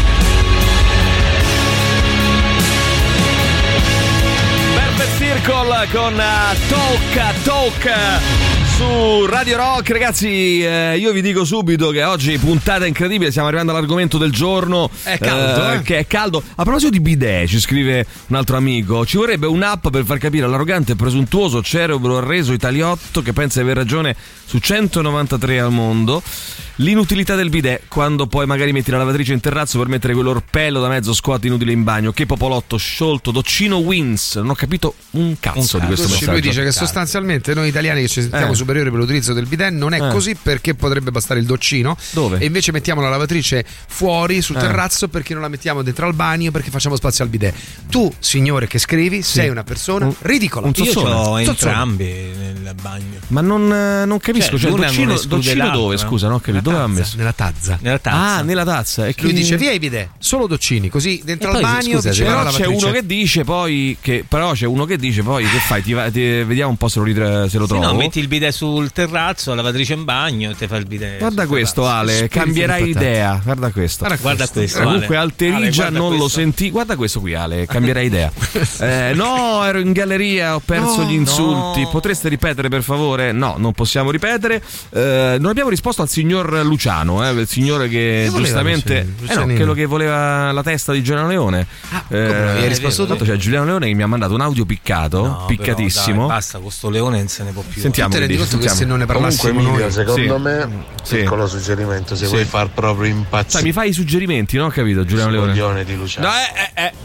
S3: Perfect Circle con uh, Talk Talk su Radio Rock. Ragazzi, eh, io vi dico subito che oggi puntata incredibile, stiamo arrivando all'argomento del giorno.
S4: È caldo,
S3: eh,
S4: eh?
S3: Che è caldo. A proposito di bidet, ci scrive un altro amico, ci vorrebbe un'app per far capire all'arrogante e presuntuoso cerebro reso italiotto che pensa di aver ragione su centonovantatré al mondo l'inutilità del bidet, quando poi magari metti la lavatrice in terrazzo per mettere quell'orpello da mezzo squat inutile in bagno. Che popolotto sciolto. Docino Wins, non ho capito un cazzo, un di questo
S4: Lui
S3: messaggio.
S4: dice che sostanzialmente noi italiani che ci sentiamo
S3: Eh.
S4: superiori per l'utilizzo del bidet non è
S3: Eh.
S4: così, perché potrebbe bastare il doccino.
S3: Dove?
S4: E invece mettiamo la lavatrice fuori sul
S3: Eh.
S4: terrazzo, perché non la mettiamo dentro al bagno, perché facciamo spazio al bidet. Tu, signore che scrivi, sei una persona
S3: Un-
S4: ridicola.
S3: un
S5: Io
S3: zozzone.
S5: ho
S3: Zozzone.
S5: entrambi nel bagno.
S3: Ma non, eh, non capisco,
S5: Cioè,
S3: cioè,
S5: l'una
S3: docino,
S5: non esclude
S3: docino
S5: l'altra,
S3: dove?
S5: no?
S3: Scusa, non ho capito. Dove l'ha messo?
S4: Nella tazza.
S5: Nella tazza.
S3: Ah, nella tazza. E
S4: Lui
S3: che-
S4: dice via i bidet, solo doccini, così dentro
S5: E
S4: al
S5: poi,
S4: bagno
S5: scusa,
S4: vicino alla
S3: Però c'è
S4: lavatrice.
S3: uno che dice poi che però c'è uno che dice poi che fai? Ti va- ti- vediamo un po' se lo, rit- se lo
S5: Sì,
S3: trovo.
S5: no, metti il bidet sul terrazzo, la lavatrice in bagno e te fa il bidet.
S3: Guarda
S5: sul
S3: questo,
S5: terrazzo.
S3: Ale,
S4: Spirito
S3: cambierai
S4: di patata.
S3: idea. Guarda questo.
S4: Guarda
S5: Guarda questo.
S3: Comunque
S5: Ale.
S3: Alterigia
S5: Ale, guarda
S3: non lo
S5: questo.
S3: sentì. Guarda questo qui, Ale, cambierai idea. Eh, no, ero in galleria, ho perso
S4: No,
S3: gli insulti.
S5: no.
S3: Potreste ripetere, per favore? No, non possiamo ripetere. Eh, non abbiamo risposto al signor Luciano, eh, il signore che,
S4: Che voleva
S3: giustamente
S4: Luciano?
S3: eh no,
S4: Lucianino?
S3: quello che voleva la testa di Giuliano Leone.
S4: Ah, come non gli hai risposto tu?
S3: tanto c'è Giuliano Leone che mi ha mandato un audio piccato,
S5: No,
S3: piccatissimo.
S5: però, dai, basta, con sto leone non se ne può più.
S3: Sentiamo
S4: Tu te
S3: che
S4: rendi
S3: dice,
S4: conto che se
S3: sentiamo.
S4: non ne
S23: Comunque
S4: parlassimo
S23: Emilio,
S4: noi?
S23: secondo
S3: Sì.
S23: me,
S3: Sì.
S23: piccolo suggerimento, se
S3: Sì.
S23: vuoi far proprio
S3: Sai,
S23: impazzire
S3: mi fai i suggerimenti, no? Ho capito,
S23: il
S3: Giuliano Leone.
S23: coglione di Luciano.
S3: No, eh, eh, eh.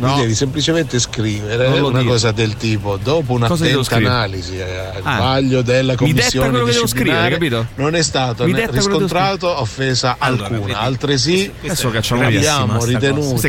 S7: no. Mi devi semplicemente scrivere una dire. cosa del tipo: dopo un'attenta analisi al eh, ah. vaglio della commissione disciplinare, scrivere, non è stato ne- riscontrato offesa allora, alcuna. Altresì abbiamo ritenuto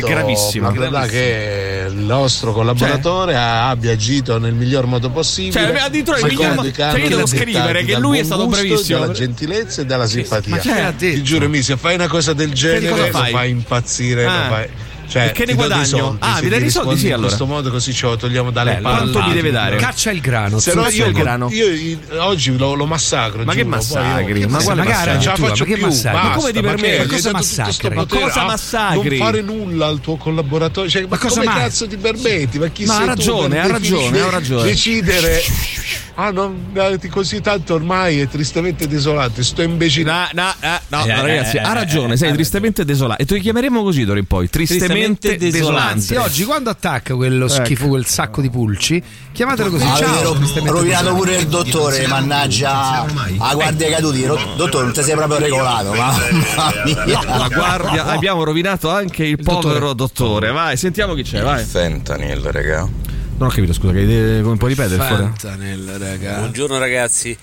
S7: che il nostro collaboratore cioè. abbia agito nel miglior modo possibile.
S3: Cioè, addirittura il miglior modo. Cioè, io devo scrivere che lui è stato bravissimo.
S7: Dalla gentilezza e dalla simpatia. Ti giuro, mi se fai una cosa del genere lo fai impazzire, ah. lo fai. Cioè,
S3: e che ne guadagno?
S7: Soldi,
S3: ah, mi dai i soldi? Sì, allora.
S7: In questo modo così ce lo togliamo dalle
S3: Beh, palle. Quanto mi deve dare?
S4: Caccia il grano.
S7: Se no io,
S3: il grano.
S7: Io, io oggi lo, lo massacro.
S3: Ma
S7: giuro,
S3: che massacri?
S7: Io,
S3: ma
S7: ma
S3: quale
S7: massacri? Ce la faccio
S4: ma
S7: più.
S4: Basta,
S3: ma come ti permetti?
S7: Cosa massacri? Ma cosa massacri? Non fare nulla al tuo collaboratore. Cioè, ma, ma cosa come cazzo ti permetti? Ma chi
S3: ma
S7: sei
S3: ha ragione, ha ragione, ha ragione.
S7: Decidere. Ah, non così tanto ormai è tristemente desolante. Sto imbecille.
S3: No, no, no, no ragazzi, ha ragione. Sei tristemente desolante. E te li chiameremo così d'ora in poi. Tristemente desolante.
S4: Oggi quando attacca quello schifo, quel sacco di pulci, chiamatelo così.
S10: Ah, ciao. Ho rovinato pure il dottore, mannaggia. La guardia caduti. Dottore, non ti sei proprio regolato. Mamma mia.
S3: La guardia, abbiamo rovinato anche il, il povero dottore. dottore. Vai, sentiamo chi c'è. Vai.
S11: Fentanyl, raga.
S3: Non ho capito, scusa, che come puoi ripetere?
S11: Fentanyl, raga.
S13: Buongiorno ragazzi.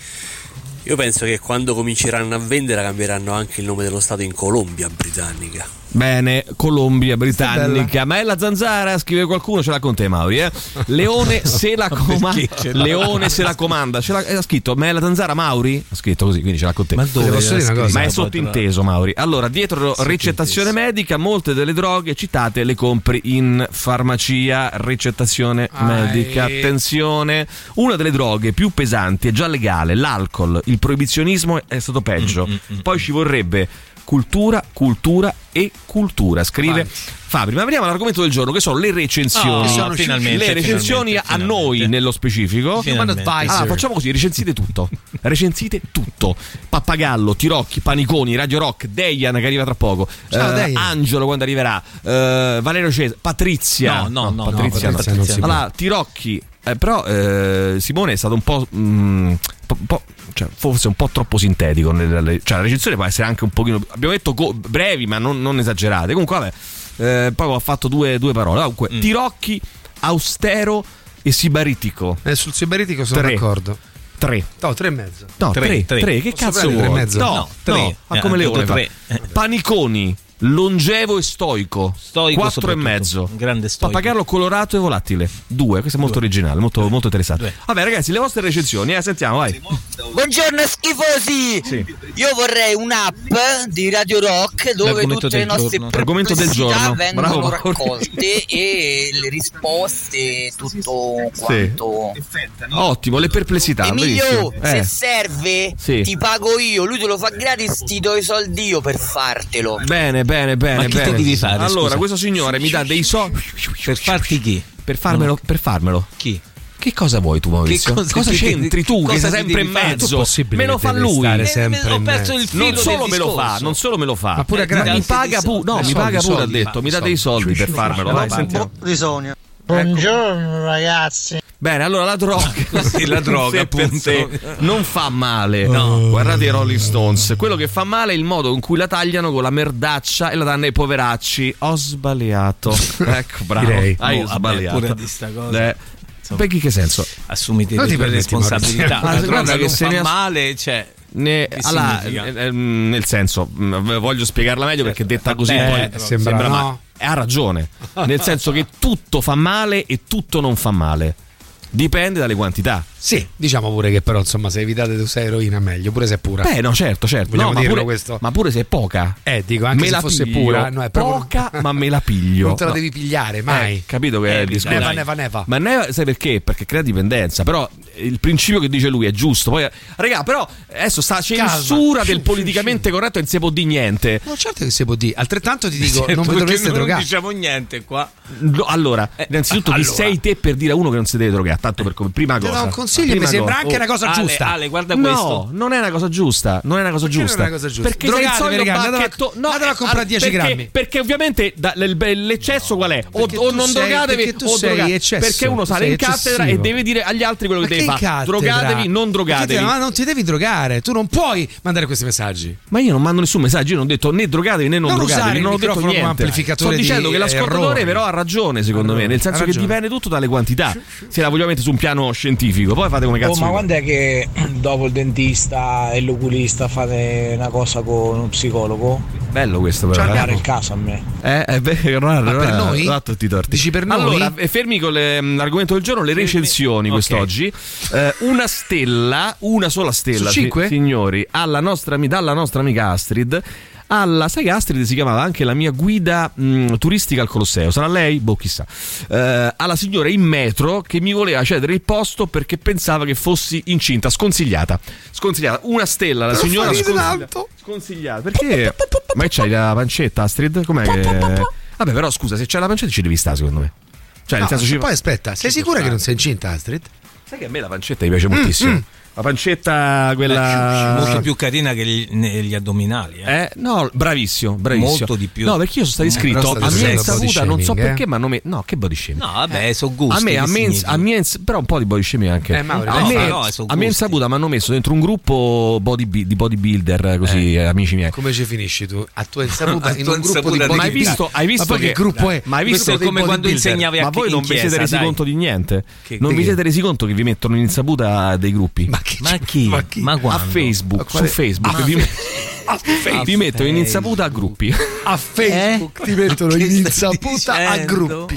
S13: Io penso che quando cominceranno a vendere cambieranno anche il nome dello stato in Colombia Britannica.
S3: Bene, Colombia Britannica. Ma è la zanzara? Scrive qualcuno, ce l'ha con te, Mauri, eh? Leone se la comanda. Leone se la comanda. Ce l'ha, ha scritto, ma è la zanzara, Mauri? Ha scritto così, quindi ce l'ha con te.
S4: Ma dove? Posso dire una cosa?
S3: Ma è sottinteso, Mauri. Allora, dietro ricettazione medica, molte delle droghe citate le compri in farmacia. Ricettazione ah, medica. E... Attenzione, una delle droghe più pesanti è già legale, l'alcol. Il proibizionismo è stato peggio. Mm, mm, mm, Poi ci vorrebbe cultura, cultura e cultura, scrive Vai. Fabri. Ma veniamo all'argomento del giorno, che sono le recensioni.
S13: Oh, sono finalmente,
S3: le recensioni
S13: finalmente,
S3: a noi
S13: finalmente.
S3: nello specifico.
S13: Allora,
S3: facciamo così, recensite tutto. Recensite tutto. Pappagallo, Tirocchi, Paniconi, Radio Rock, Deian che arriva tra poco.
S4: Ciao,
S3: uh, Angelo quando arriverà. Uh, Valerio Cesare, Patrizia.
S13: No, no, no,
S3: Patrizia,
S13: no,
S3: no.
S13: Patrizia
S3: no. Allora, Tirocchi. Eh, però eh, Simone è stato un po', mh, po', po' cioè, forse un po' troppo sintetico nelle, cioè la recensione può essere anche un pochino, abbiamo detto go, brevi ma non, non esagerate. Comunque vabbè, eh, poi ho fatto due, due parole. Comunque mm. Tirocchi, austero e sibaritico.
S4: Eh, sul sibaritico sono tre. d'accordo.
S3: Tre.
S4: No, tre e mezzo.
S3: No, tre, tre. tre. tre. Che Posso cazzo vuoi?
S4: Tre e mezzo?
S3: No,
S13: no tre.
S3: No, ma come
S13: eh,
S3: Leone
S13: tre.
S3: Paniconi, longevo e stoico,
S13: stoico
S3: quattro e mezzo.
S13: Grande stoico.
S3: Pappagallo colorato e volatile, due. Questo è molto Due. originale, molto, molto interessante. Due. Vabbè ragazzi, le vostre recensioni, eh, sentiamo, vai.
S15: Buongiorno schifosi.
S3: Sì.
S15: Io vorrei un'app di Radio Rock dove
S13: L'argomento
S15: tutte le nostre
S13: giorno.
S3: Argomento del giorno.
S15: vengono
S3: Bravo.
S15: raccolte e le risposte, tutto quanto.
S3: Sì. Ottimo, le perplessità.
S15: Emilio,
S3: eh.
S15: se serve
S3: sì.
S15: ti pago io, lui te lo fa gratis, ti do i soldi io per fartelo.
S3: Bene, bene, bene.
S13: Ma che
S3: bene.
S13: te devi fare?
S3: Allora,
S13: scusa?
S3: questo signore mi dà dei soldi
S13: per farti chi?
S3: Per farmelo, per farmelo.
S13: Chi?
S3: Che cosa vuoi tu, Maurizio?
S13: Che cosa,
S3: cosa
S13: che,
S3: c'entri tu che sei sempre in mezzo?
S4: Me
S3: lo fa lui.
S15: Sempre
S13: ho perso il filo
S3: non solo
S13: del
S3: me lo
S13: discorso.
S3: fa, non solo me lo fa.
S4: Ma pure
S3: eh, ma mi paga pure, no, mi paga pure, ha detto, mi dà dei soldi per farmelo. Vai, sentiamo.
S15: Bisogna.
S26: Buongiorno ragazzi.
S3: Bene, allora la droga,
S13: sì, la droga appunto
S3: non fa male. No. Guardate i Rolling Stones. Quello che fa male è il modo in cui la tagliano con la merdaccia e la danno ai poveracci. Ho sbagliato. Ecco, bravo.
S4: Direi.
S3: Hai
S13: oh,
S3: sbagliato.
S13: Pure di sta cosa.
S3: Eh, perché che senso?
S13: Assumiti le tue responsabilità.
S3: Ma
S13: la droga
S3: che
S13: non
S3: se
S13: fa
S3: ne ass-
S13: male, cioè
S3: Ne, allora, eh, nel senso, mh, voglio spiegarla meglio perché detta così
S4: Beh,
S3: poi
S4: sembra,
S3: sembra
S4: no.
S3: male. Ha ragione, nel senso che tutto fa male e tutto non fa male. Dipende dalle quantità.
S4: Sì, diciamo pure che però insomma se evitate di usare eroina meglio, pure se è pura.
S3: Beh no, certo, certo.
S4: Vogliamo
S3: no, ma,
S4: dirlo
S3: pure,
S4: questo?
S3: ma pure se è poca.
S4: Eh, dico, anche
S3: me
S4: se
S3: la
S4: fosse
S3: piglio.
S4: pura, no, è proprio
S3: poca, ma me la piglio.
S4: Non te la
S3: no.
S4: devi pigliare mai.
S3: Eh, capito che
S13: eh,
S3: è il discorso.
S4: Neva, neva, neva.
S3: Ma neva, sai perché? Perché crea dipendenza. Però il principio che dice lui è giusto. Poi, raga, però adesso sta censura del politicamente corretto e non si può dire niente.
S4: No, certo che si può dire. Altrettanto ti dico,
S13: certo,
S4: non vi dovreste
S13: non
S4: drogare.
S13: Non diciamo niente qua.
S3: No, allora,
S13: eh,
S3: innanzitutto
S13: allora.
S3: chi sei te per dire a uno che non si deve drogare? tanto per come prima cosa.
S4: Ti do un consiglio, mi sembra cosa. anche una cosa
S5: Ale,
S4: giusta.
S5: Ale, guarda
S3: no,
S5: questo.
S3: non è una cosa giusta, non è una cosa
S4: Perché
S3: giusta.
S4: Non è una cosa giusta.
S3: Perché
S4: Drogatevi,
S3: sei il
S4: ragazzi,
S3: bacchetto, no,
S4: andate a comprare dieci
S3: perché,
S4: grammi.
S3: Perché ovviamente da, l'eccesso qual è? O, o non
S4: sei,
S3: drogatevi
S4: perché tu
S3: o
S4: sei
S3: drogate.
S4: eccesso,
S3: Perché uno sale in cattedra e deve dire agli altri quello che
S4: ma
S3: deve
S4: che
S3: fare. Drogatevi, non drogatevi.
S4: Ti, ma non ti devi drogare, tu non puoi mandare questi messaggi.
S3: Ma io non mando nessun messaggio, io non ho detto né drogatevi né non, non drogatevi, non ho detto niente.
S4: Amplificatore
S3: Sto dicendo
S4: di
S3: che l'ascoltatore
S4: errori.
S3: però ha ragione, secondo
S4: allora,
S3: me, nel senso che dipende tutto dalle quantità. Se la vogliamo mettere su un piano scientifico, poi fate come cazzo.
S1: Oh, ma quando è che dopo il dentista e l'oculista fate una cosa con uno psicologo?
S3: Bello questo però.
S1: Cioè, fare il caso a me.
S3: Eh, è vero, no,
S4: ma
S3: no,
S4: per
S3: no,
S4: noi?
S3: no, tutti i torti.
S4: Dici per noi?
S3: Allora, fermi con le, l'argomento del giorno, le recensioni okay. quest'oggi. Eh, una stella, una sola stella,
S4: Su cinque?
S3: Si, signori, alla nostra, dalla nostra amica Astrid. Alla, sai che Astrid si chiamava anche la mia guida mh, turistica al Colosseo, sarà lei? Boh, chissà. Eh, alla signora in metro che mi voleva cedere il posto perché pensava che fossi incinta, sconsigliata. Sconsigliata, una stella, la signora sconsigliata. Sconsigliata, perché? Ma c'hai la pancetta, Astrid? Com'è che... Vabbè, però scusa, se c'hai la pancetta ci devi stare, secondo me. Cioè, nel
S4: no,
S3: senso ci...
S4: poi aspetta, sei sicura che non sei incinta, Astrid?
S3: Sai che a me la pancetta mi piace moltissimo. Mm, mm. La pancetta, quella
S5: molto più carina che gli, gli addominali. Eh?
S3: Eh, no, bravissimo, bravissimo.
S5: Molto di più.
S3: No, perché io sono stato iscritto a mia insaputa, non so
S4: eh?
S3: perché, ma non me... No, che body shaming?
S5: No, vabbè, eh. sono gusti.
S3: A me, a me, a mia, però un po' di body shaming anche.
S4: Eh, Mauro,
S3: a
S4: no,
S3: me,
S5: no,
S3: a mia insaputa mi hanno messo dentro un gruppo body, di bodybuilder, così, eh. amici miei.
S4: Come ci finisci tu? A tua insaputa in un gruppo di
S3: bodybuilder.
S4: Ma
S3: hai visto, hai visto
S4: ma poi che gruppo è?
S3: Ma hai visto
S5: come quando insegnavi a
S3: Ma voi non vi siete resi conto di niente? Non vi siete resi conto che vi mettono in insaputa dei gruppi?
S5: Ma chi? Ma
S3: a Facebook, su Facebook ah, vi, a Facebook. vi mettono in insaputa a gruppi.
S4: A Facebook eh? ti mettono in insaputa a gruppi.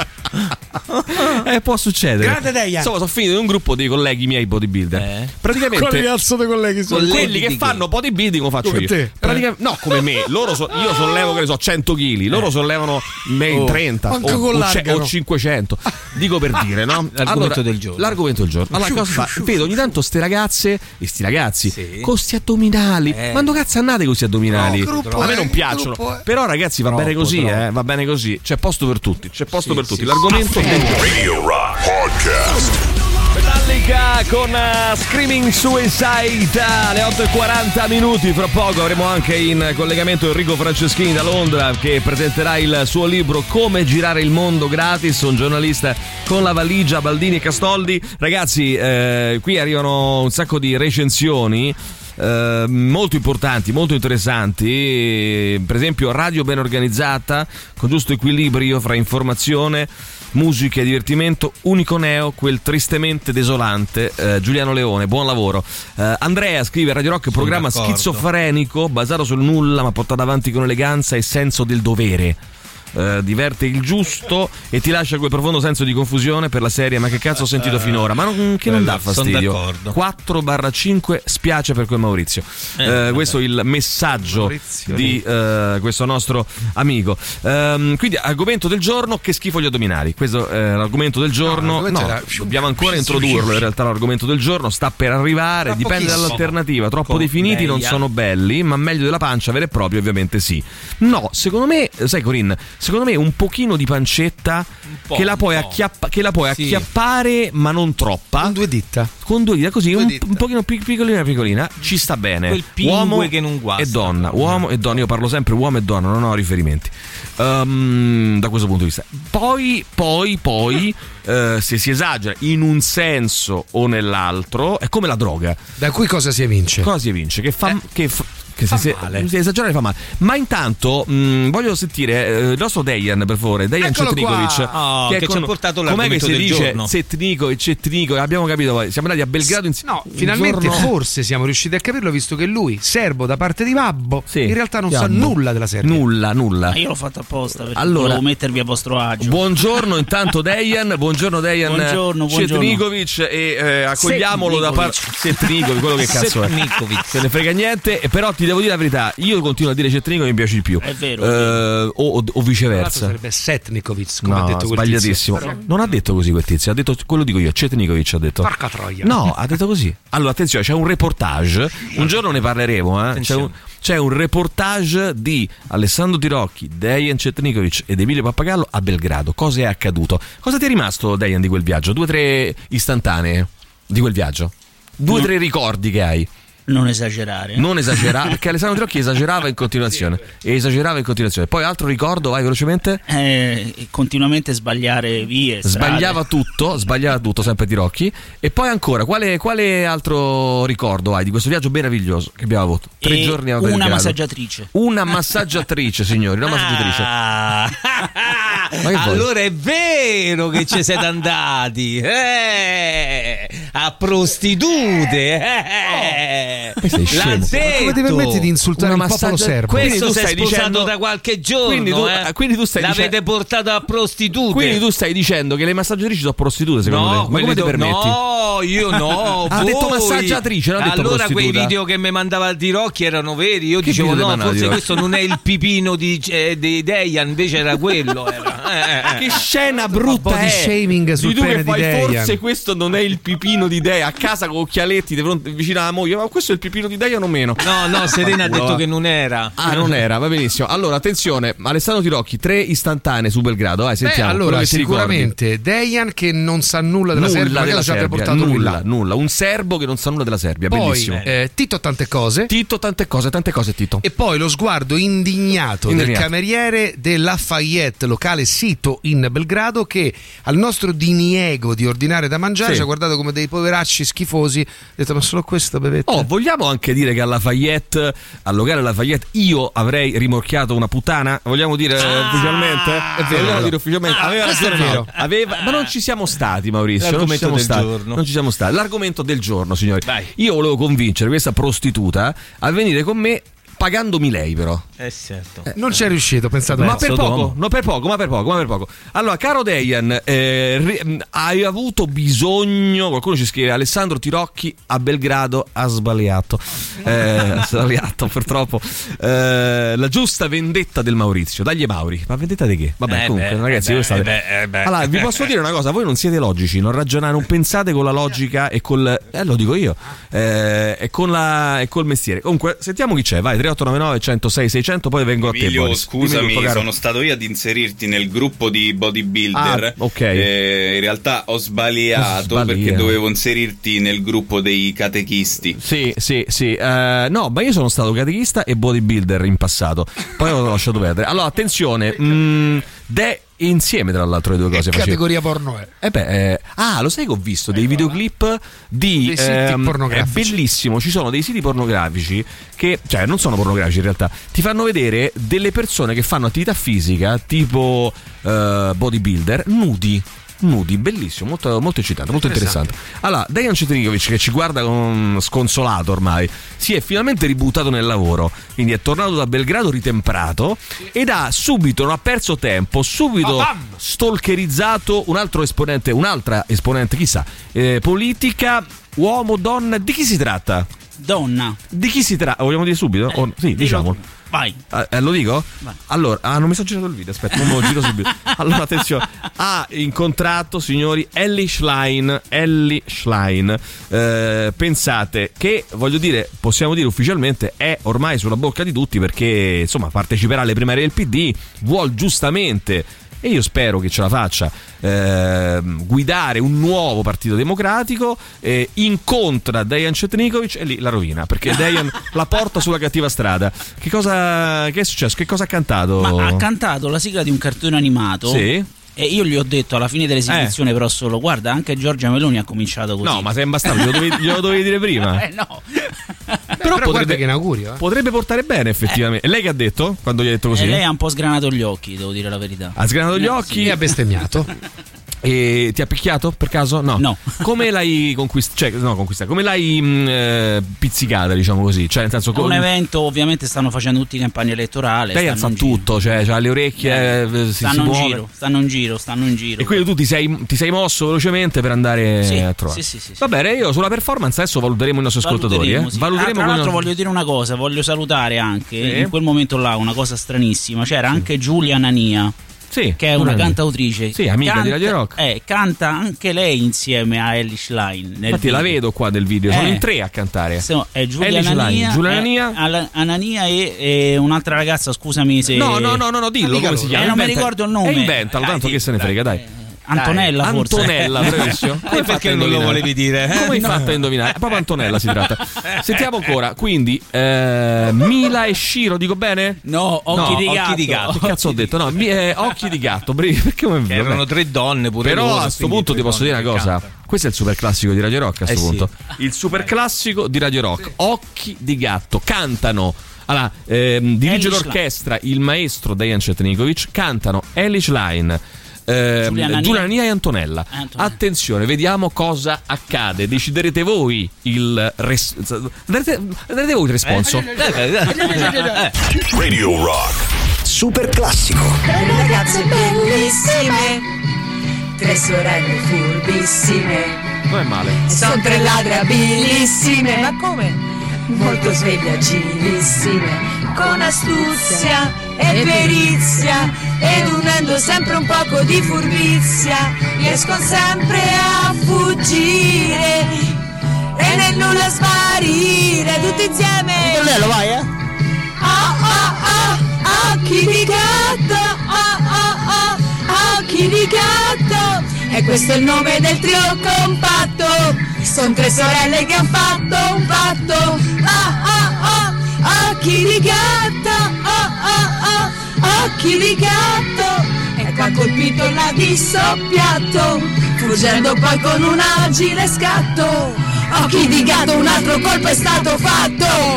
S3: Eh, può succedere.
S4: Grande Deia.
S3: Insomma, sono finito in un gruppo dei colleghi miei bodybuilder. Eh? Praticamente
S4: quali cazzo dei colleghi sono?
S3: Quelli che fanno bodybuilding lo faccio come io. Te? Praticamente, no, come me. Loro so, io sollevo che ne so cento chili, loro sollevano oh. trenta o, o, o cinquecento. Dico per dire, no?
S5: L'argomento
S3: allora,
S5: del giorno.
S3: L'argomento del giorno. Allora, cosa fa? Vedo ogni tanto ste ragazze e sti ragazzi sì. con sti addominali. Eh. Quando cazzo andate con sti addominali? No, a me non piacciono. Però ragazzi va troppo, bene così, troppo. eh, va bene così. C'è posto per tutti, c'è posto sì, per tutti. Sì, l'argomento
S2: sì.
S3: del giorno.
S2: Radio Rock Podcast.
S3: Metallica con uh, Screaming Suicide alle otto e quaranta minuti. Fra poco avremo anche in collegamento Enrico Franceschini da Londra, che presenterà il suo libro Come girare il mondo gratis, un giornalista con la valigia Baldini e Castoldi. Ragazzi, eh, qui arrivano un sacco di recensioni Uh, molto importanti, molto interessanti. Per esempio, radio ben organizzata, con giusto equilibrio fra informazione, musica e divertimento, unico neo, quel tristemente desolante. uh, Giuliano Leone, buon lavoro. uh, Andrea scrive: Radio Rock, programma schizofrenico basato sul nulla ma portato avanti con eleganza e senso del dovere. Uh, diverte il giusto e ti lascia quel profondo senso di confusione per la serie ma che cazzo ho sentito finora, ma non, che non dà fastidio. Quattro barra cinque spiace per quel Maurizio. eh, uh, questo è il messaggio Maurizio, di uh, questo nostro amico. Um, quindi argomento del giorno: che schifo gli addominali. Questo è l'argomento del giorno. No, no, era... dobbiamo ancora introdurlo. In realtà l'argomento del giorno sta per arrivare. Tra dipende dall'alternativa. Troppo definiti non sono belli, ma meglio della pancia vera e propria ovviamente sì. No, secondo me, sai Corinne, secondo me un pochino di pancetta che la puoi, acchiappa- che la puoi sì. acchiappare, ma non troppa.
S4: Con due dita.
S3: Con due dita, così,
S4: due
S3: un,
S4: dita.
S3: un pochino piccolina piccolina, ci sta bene.
S5: Quel
S3: uomo
S5: che non guasta.
S3: e donna, uomo e donna, io parlo sempre uomo e donna, non ho riferimenti. Um, da questo punto di vista. Poi, poi, poi, uh, se si esagera in un senso o nell'altro, è come la droga.
S4: Da cui cosa si evince?
S3: Cosa si evince? Che fa... Eh. Che fa che
S4: fa
S3: se,
S4: male.
S3: se esagerare fa male. Ma intanto mh, voglio sentire eh, il nostro Dejan, per favore, Dejan Cetnikovic,
S5: oh, che, che
S3: con,
S5: ci ha portato
S3: com'è che si
S5: del
S3: dice
S5: giorno.
S3: Cetnikovic, Cetnikovic, abbiamo capito poi. Siamo andati a Belgrado insieme.
S4: No, finalmente giorno... forse siamo riusciti a capirlo, visto che lui, serbo da parte di Babbo, sì, in realtà non sa nulla della Serbia.
S3: Nulla, nulla.
S15: Ma io l'ho fatto apposta perché
S3: allora,
S15: volevo mettervi a vostro agio.
S3: Buongiorno intanto Dejan, buongiorno Dejan
S15: buongiorno,
S3: Cetnikovic e eh, accogliamolo da parte Cetnikovic, quello che cazzo è. Se ne frega niente, però ti devo dire la verità. Io continuo a dire Cetnikovic mi piace di più.
S15: È vero.
S3: Eh, o, o, o viceversa.
S4: Sarebbe Setnikovic, come
S3: no,
S4: ha detto quel
S3: sbagliatissimo.
S4: tizio.
S3: Non ha detto così quel tizio, ha detto quello dico io, Cetnikovic ha detto.
S4: Porca troia.
S3: No, ha detto così. Allora attenzione, c'è un reportage, un giorno ne parleremo, eh. C'è un, c'è un reportage di Alessandro Tirocchi, Dejan Cetnikovic ed Emilio Pappagallo a Belgrado. Cosa è accaduto? Cosa ti è rimasto, Dejan, di quel viaggio? Due o tre istantanee di quel viaggio? Due o
S12: no.
S3: tre ricordi che hai?
S12: Non esagerare.
S3: Non esagerare, perché Alessandro Tirocchi esagerava in continuazione. E esagerava in continuazione. Poi altro ricordo, vai velocemente.
S12: Eh, continuamente sbagliare vie. Strade.
S3: Sbagliava tutto, sbagliava tutto, sempre Tirocchi. E poi ancora, quale, quale altro ricordo hai di questo viaggio meraviglioso che abbiamo avuto? Tre
S12: e
S3: giorni a
S12: Una
S3: Belgrado.
S12: massaggiatrice.
S3: Una massaggiatrice, signori, una massaggiatrice.
S5: Ah. Allora è vero che ci siete andati eh, a prostitute. Eh.
S3: Ma sei scemo.
S4: Come ti permetti di insultare
S3: Una
S4: il popolo
S3: massaggia-
S4: serbo?
S5: Questo
S3: tu
S5: si è
S3: stai
S5: sposato
S3: dicendo-
S5: da qualche giorno.
S3: Quindi tu,
S5: eh.
S3: quindi tu stai
S5: L'avete
S3: dicendo-
S5: portato a prostitute.
S3: Quindi tu stai dicendo che le massaggiatrici sono prostitute, secondo
S5: No,
S3: te? Ma come
S5: quelli
S3: ti
S5: do-
S3: permetti?
S5: No, io no.
S3: Ha
S5: voi.
S3: detto massaggiatrice, non ha detto
S5: allora
S3: prostituta.
S5: quei video che mi mandava il Tirocchi erano veri. Io
S3: Che
S5: dicevo
S3: video ti
S5: no,
S3: mandava
S5: forse
S3: Tirocchi?
S5: questo non è il pipino di, eh, di Dejan, invece era quello. Era. Eh, eh,
S3: Che scena brutta
S4: body
S3: è
S4: shaming sul
S3: di tu
S4: pene
S3: che
S4: di
S3: fai
S4: Dejan.
S3: forse questo non è il pipino di Dejan, a casa con occhialetti di fronte, vicino alla moglie, ma questo è il pipino di Dejan o meno?
S5: No, no, Serena ha detto che non era.
S3: Ah, non era, va benissimo. Allora, attenzione, Alessandro Tirocchi, tre istantanee su Belgrado, vai, sentiamo.
S4: Beh,
S3: quello
S4: allora
S3: che ti ricordi.
S4: sicuramente Dejan che non sa nulla della
S3: Nulla
S4: Serbia, magari
S3: della
S4: ci abbia
S3: Serbia,
S4: portato
S3: nulla,
S4: nulla.
S3: nulla, un serbo che non sa nulla della Serbia,
S4: Poi
S3: bellissimo.
S4: eh, Tito tante cose.
S3: Tito tante cose, tante cose Tito.
S4: E poi lo sguardo indignato,
S3: Indignato.
S4: del cameriere del Lafayette, locale sito in Belgrado, che al nostro diniego di ordinare da mangiare
S3: Sì.
S4: ci ha guardato come dei poveracci schifosi. Ha detto: ma solo questo bevete?
S3: Oh, vogliamo anche dire che alla Lafayette, al locale Lafayette, io avrei rimorchiato una puttana? Vogliamo dire
S5: Ah,
S3: ufficialmente?
S4: è vero.
S3: Vogliamo dire ufficialmente?
S4: Ah,
S3: Aveva
S4: questo è
S3: ragione,
S4: vero.
S3: no? Aveva, ma non ci siamo stati, Maurizio. Non ci
S5: L'argomento
S3: siamo
S5: del
S3: stati.
S5: giorno.
S3: Non ci siamo stati. L'argomento del giorno, signori.
S5: Vai.
S3: Io volevo convincere questa prostituta a venire con me pagandomi lei, però.
S5: Eh certo.
S4: Non ci è riuscito, pensate.
S3: Ma
S4: un po'.
S3: per
S5: Sodoma.
S3: poco, no, per poco, ma per poco, ma per poco. Allora, caro Dejan, eh, ri- hai avuto bisogno. Qualcuno ci scrive: Alessandro Tirocchi a Belgrado ha sbagliato. Eh, ha sbagliato, purtroppo. Eh, la giusta vendetta del Maurizio. Dagli Mauri. Ma vendetta di che? Vabbè,
S5: Eh
S3: comunque,
S5: beh,
S3: ragazzi,
S5: eh
S3: voi state.
S5: beh, eh beh.
S3: Allora, vi posso dire una cosa: voi non siete logici, non ragionate, non pensate con la logica e col. Eh, lo dico io. Eh, e con la e col mestiere. Comunque, sentiamo chi c'è. Vai, tre otto nove nove uno zero sei sei zero zero, poi vengo a te.
S11: Emilio,
S3: Boris.
S11: scusami,
S3: Dimmi tutto, caro.
S11: sono stato io ad inserirti nel gruppo di bodybuilder.
S3: Ah, ok.
S11: Eh, in realtà ho sbagliato,
S3: Sbagliato.
S11: perché dovevo inserirti nel gruppo dei catechisti.
S3: Sì, sì, sì. Eh, no, ma io sono stato catechista e bodybuilder in passato. Poi l'ho lasciato perdere. Allora, attenzione. Mm, de insieme, tra l'altro, le due cose.
S4: Che categoria porno è?
S3: Eh beh, eh, ah, lo sai che ho visto dei videoclip di
S4: Dei siti
S3: ehm,
S4: pornografici.
S3: È bellissimo, ci sono dei siti pornografici che, cioè, non sono pornografici in realtà, ti fanno vedere delle persone che fanno attività fisica tipo eh, bodybuilder nudi. Nudi, bellissimo, molto, molto eccitante, molto interessante. Allora, Dejan Cetnikovic, che ci guarda con sconsolato ormai, si è finalmente ributtato nel lavoro, quindi è tornato da Belgrado ritemprato ed ha subito, non ha perso tempo, subito stalkerizzato un altro esponente, un'altra esponente, chissà, eh, politica, uomo, donna, di chi si tratta?
S12: Donna.
S3: Di chi si tratta? Vogliamo dire subito?
S12: Eh,
S3: O- sì, diciamo.
S12: Vai.
S3: Eh, eh, lo dico?
S12: Vai.
S3: Allora, ah, non mi sono girato il video, aspetta, non me lo giro subito. Allora, attenzione, ha incontrato, signori, Ellie Schlein. Ellie Schlein. Eh, pensate che, voglio dire, possiamo dire ufficialmente, è ormai sulla bocca di tutti perché, insomma, parteciperà alle primarie del P D, vuol giustamente, e io spero che ce la faccia, eh, guidare un nuovo partito democratico, eh, incontra Dejan Cetnikovic e lì la rovina, perché Dejan la porta sulla cattiva strada. Che cosa che è successo? Che cosa ha cantato?
S12: Ma ha cantato la sigla di un cartone animato.
S3: Sì.
S12: E io gli ho detto alla fine dell'esibizione, eh. però solo, guarda, anche Giorgia Meloni ha cominciato così.
S3: No, ma sei bastardo, glielo dovevi, glielo dovevi dire prima.
S12: Eh no.
S3: Però,
S4: però
S3: potrebbe,
S4: che in augurio, eh.
S3: potrebbe portare bene, effettivamente. E lei che ha detto quando gli ha detto così?
S12: E lei ha un po' sgranato gli occhi, devo dire la verità.
S3: Ha sgranato gli
S12: No,
S3: occhi
S12: sì.
S3: e ha bestemmiato. E ti ha picchiato per caso? No.
S12: No.
S3: Come l'hai conquistata? Cioè, no, conquistata. Come l'hai mh, eh, pizzicata, diciamo così? Cioè, nel senso,
S12: È un
S3: con...
S12: evento, ovviamente stanno facendo tutti campagna elettorale.
S3: lei fa tutto, cioè ha le orecchie, eh, si,
S12: stanno
S3: si
S12: in
S3: muove.
S12: giro, stanno in giro, stanno in giro.
S3: E quindi tu ti sei, ti sei mosso velocemente per andare
S12: Sì,
S3: a trovare.
S12: sì, sì, sì, sì.
S3: Va bene, io sulla performance adesso valuteremo i nostri ascoltatori. Eh.
S12: Sì.
S3: Valuteremo
S12: ah, tra
S3: quello-
S12: l'altro voglio dire una cosa, voglio salutare anche
S3: Sì.
S12: in quel momento là una cosa stranissima. C'era anche Giulia Nania. sì, che è una cantautrice.
S3: Sì, amica
S12: canta,
S3: di Radio Rock.
S12: Eh, canta anche lei insieme a Elish Line.
S3: Infatti la vedo qua nel video, sono eh, in tre a cantare.
S12: Sono, è Giulia Anania, Giulia Anania, eh, Anania e, e un'altra ragazza, scusami se...
S3: No, no, no, no, no dillo come si chiama.
S12: Eh, non mi ricordo il nome.
S3: E inventalo, tanto che se ne frega, dai.
S12: Antonella,
S3: dai,
S12: forse.
S3: Antonella, bravissimo.
S5: Come perché non lo volevi dire? Eh?
S3: Come hai no. fatto a indovinare? Proprio Antonella si tratta. Sentiamo ancora. Quindi, eh, Mila e Shiro, dico bene?
S12: No, occhi,
S3: no,
S12: di,
S3: occhi
S12: gatto.
S3: di gatto. Che cazzo ho detto? No, mi, eh, occhi di gatto. Perché come
S5: erano tre donne pure.
S3: Però
S5: loro,
S3: a sto punto ti posso dire una cosa. Canta. Questo è il super classico di Radio Rock. A sto
S5: eh
S3: punto.
S5: Sì.
S3: Il super classico di Radio Rock. Sì. Occhi di gatto. Cantano. Allora, ehm, dirige Elish l'orchestra Line. Il maestro Dejan Cetnikovic. Cantano Elish Line. Eh, Giulia Anania e Antonella. Antonella. Attenzione, vediamo cosa accade. Deciderete voi il res- darete, darete voi il responso.
S2: Radio Rock
S14: super classico.
S16: Tre ragazze bellissime, tre sorelle furbissime.
S3: Non è male.
S16: Sono tre ladre abilissime. Ma come? Molto sveglie, agilissime, con astuzia e perizia, ed unendo sempre un poco di furbizia, riescono sempre a fuggire e nel nulla sparire, tutti insieme.
S10: Bello, vai, eh?
S16: Oh, oh, oh, occhi di gatto, oh, oh, oh, occhi di gatto. E questo è il nome del trio compatto. Sono tre sorelle che han fatto un patto. Oh, oh, oh, occhi di gatto, oh, oh, oh, occhi di gatto. E ha colpito la di soppiatto, fuggendo poi con un agile scatto. Occhi di gatto, un altro colpo è stato fatto.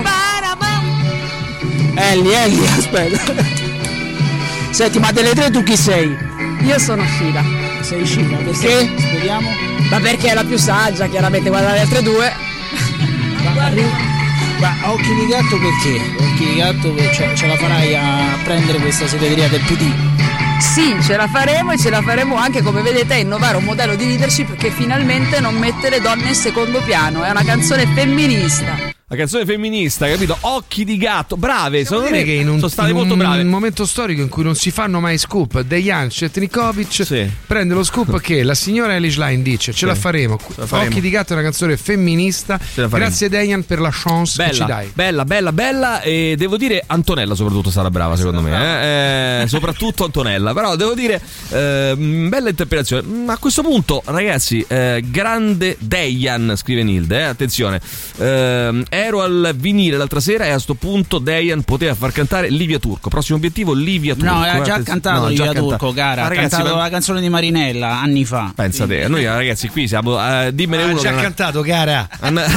S10: Ellie, Ellie, aspetta. Senti, ma delle tre tu chi sei?
S17: Io sono Sheila.
S10: Sei Sheila, perché?
S17: Speriamo. Ma perché è la più saggia, chiaramente, guarda le altre due.
S10: Ma, ma occhi di gatto perché? Occhi di gatto ce, ce la farai a prendere questa segreteria del P D?
S17: Sì, ce la faremo e ce la faremo anche, come vedete, a innovare un modello di leadership che finalmente non mette le donne in secondo piano. È una canzone femminista.
S3: La canzone femminista, capito? Occhi di gatto, brave, secondo me
S4: che in un,
S3: sono state
S4: in
S3: molto
S4: un
S3: brave.
S4: Un momento storico in cui non si fanno mai scoop, Dejan Cetnikovic sì. prende lo scoop che la signora Elish Line dice ce, sì. la faremo. ce la faremo. Occhi di gatto è una canzone femminista. Grazie Dejan per la chance
S3: bella,
S4: che ci dai.
S3: Bella, bella, bella, e devo dire Antonella soprattutto sarà brava secondo me, eh? Eh, soprattutto Antonella, però devo dire eh, bella interpretazione. A questo punto ragazzi, eh, grande Dejan, scrive Nilde, eh? Attenzione. Eh, ero al vinile l'altra sera e a sto punto Dejan poteva far cantare Livia Turco. Prossimo obiettivo Livia Turco.
S12: No, ha già cantato no, Livia già Turco, canta... cara. Ha
S3: ragazzi,
S12: cantato
S3: ma...
S12: la canzone di Marinella anni fa.
S3: Pensa te, noi ragazzi qui siamo uh, dimmene
S4: ah,
S3: uno.
S4: Ha già cantato, cara.
S12: Bella.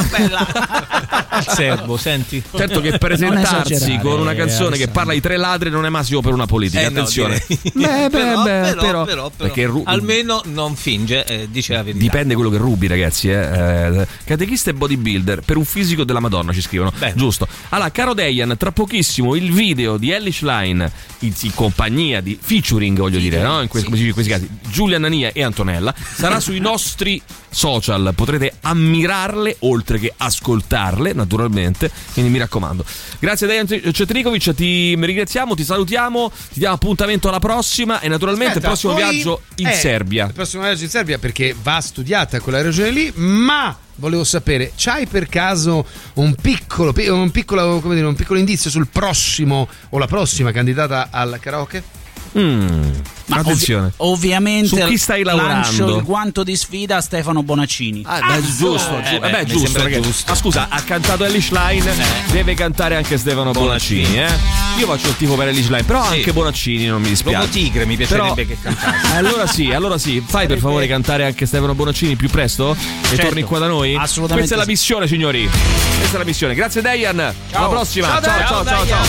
S5: Il servo, senti.
S3: Certo che presentarsi con una canzone eh, che parla di tre ladri non è massimo per una politica. Eh, Attenzione.
S5: No,
S3: beh, beh,
S5: però,
S3: beh,
S5: però,
S3: però,
S5: però, però ru- almeno non finge, eh, dice la verità.
S3: Dipende quello che rubi, ragazzi. Eh. Eh, catechista e bodybuilder per un fisico della Madonna ci scrivono. Beh. Giusto. Allora, caro Dejan, tra pochissimo il video di Elish Line in, in compagnia di featuring, voglio sì, dire, no? In questi, sì. in questi casi, Giulia Anania e Antonella sarà sui nostri social. Potrete ammirarle oltre che ascoltarle, naturalmente. Quindi mi raccomando. Grazie a Dejan Cetnikovic, ti ringraziamo, ti salutiamo, ti diamo appuntamento alla prossima e naturalmente Aspetta, il prossimo poi, viaggio in
S4: eh,
S3: Serbia.
S4: Il prossimo viaggio in Serbia perché va studiata quella regione lì, ma volevo sapere, c'hai per caso un piccolo, un piccolo, come dire, un piccolo indizio sul prossimo o la prossima candidata al karaoke?
S3: Mm,
S12: Ma
S3: attenzione,
S12: ov- ovviamente
S3: su chi stai lavorando?
S12: Lancio il guanto di sfida a Stefano Bonaccini.
S3: Ah, beh, giusto,
S5: eh,
S3: giu-
S5: beh,
S3: beh, giusto, giusto. Ma scusa, ha cantato Elish Line, eh. deve cantare anche Stefano Bonaccini, Bonaccini eh? Io faccio il tifo per Elish Line, però sì. anche Bonaccini non mi dispiace.
S5: Lobo Tigre mi piacerebbe però, che cantasse.
S3: Allora sì, allora sì, fai per favore cantare anche Stefano Bonaccini più presto e certo. torni qua da noi?
S12: Assolutamente.
S3: Questa è la missione, signori. Questa è la missione. Grazie Dejan. Ciao. Alla prossima. Ciao, ciao, ciao, ciao, ciao.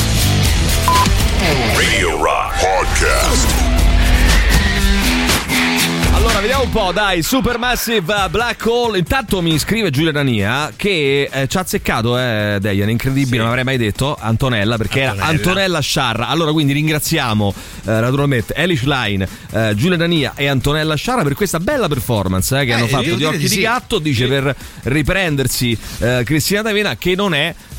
S2: Radio Rock Podcast.
S3: Allora, vediamo un po', dai, Supermassive Black Hole. Intanto mi scrive Giulia Anania che eh, ci ha azzeccato, eh, Dejan, incredibile, sì. non avrei mai detto Antonella, perché Antonella. era Antonella Sciarra. Allora, quindi ringraziamo eh, naturalmente Elish Line, eh, Giulia Anania e Antonella Sciarra per questa bella performance eh, che eh, hanno fatto di Occhi di, di sì. Gatto. Dice sì. per riprendersi eh, Cristina D'Avena che non è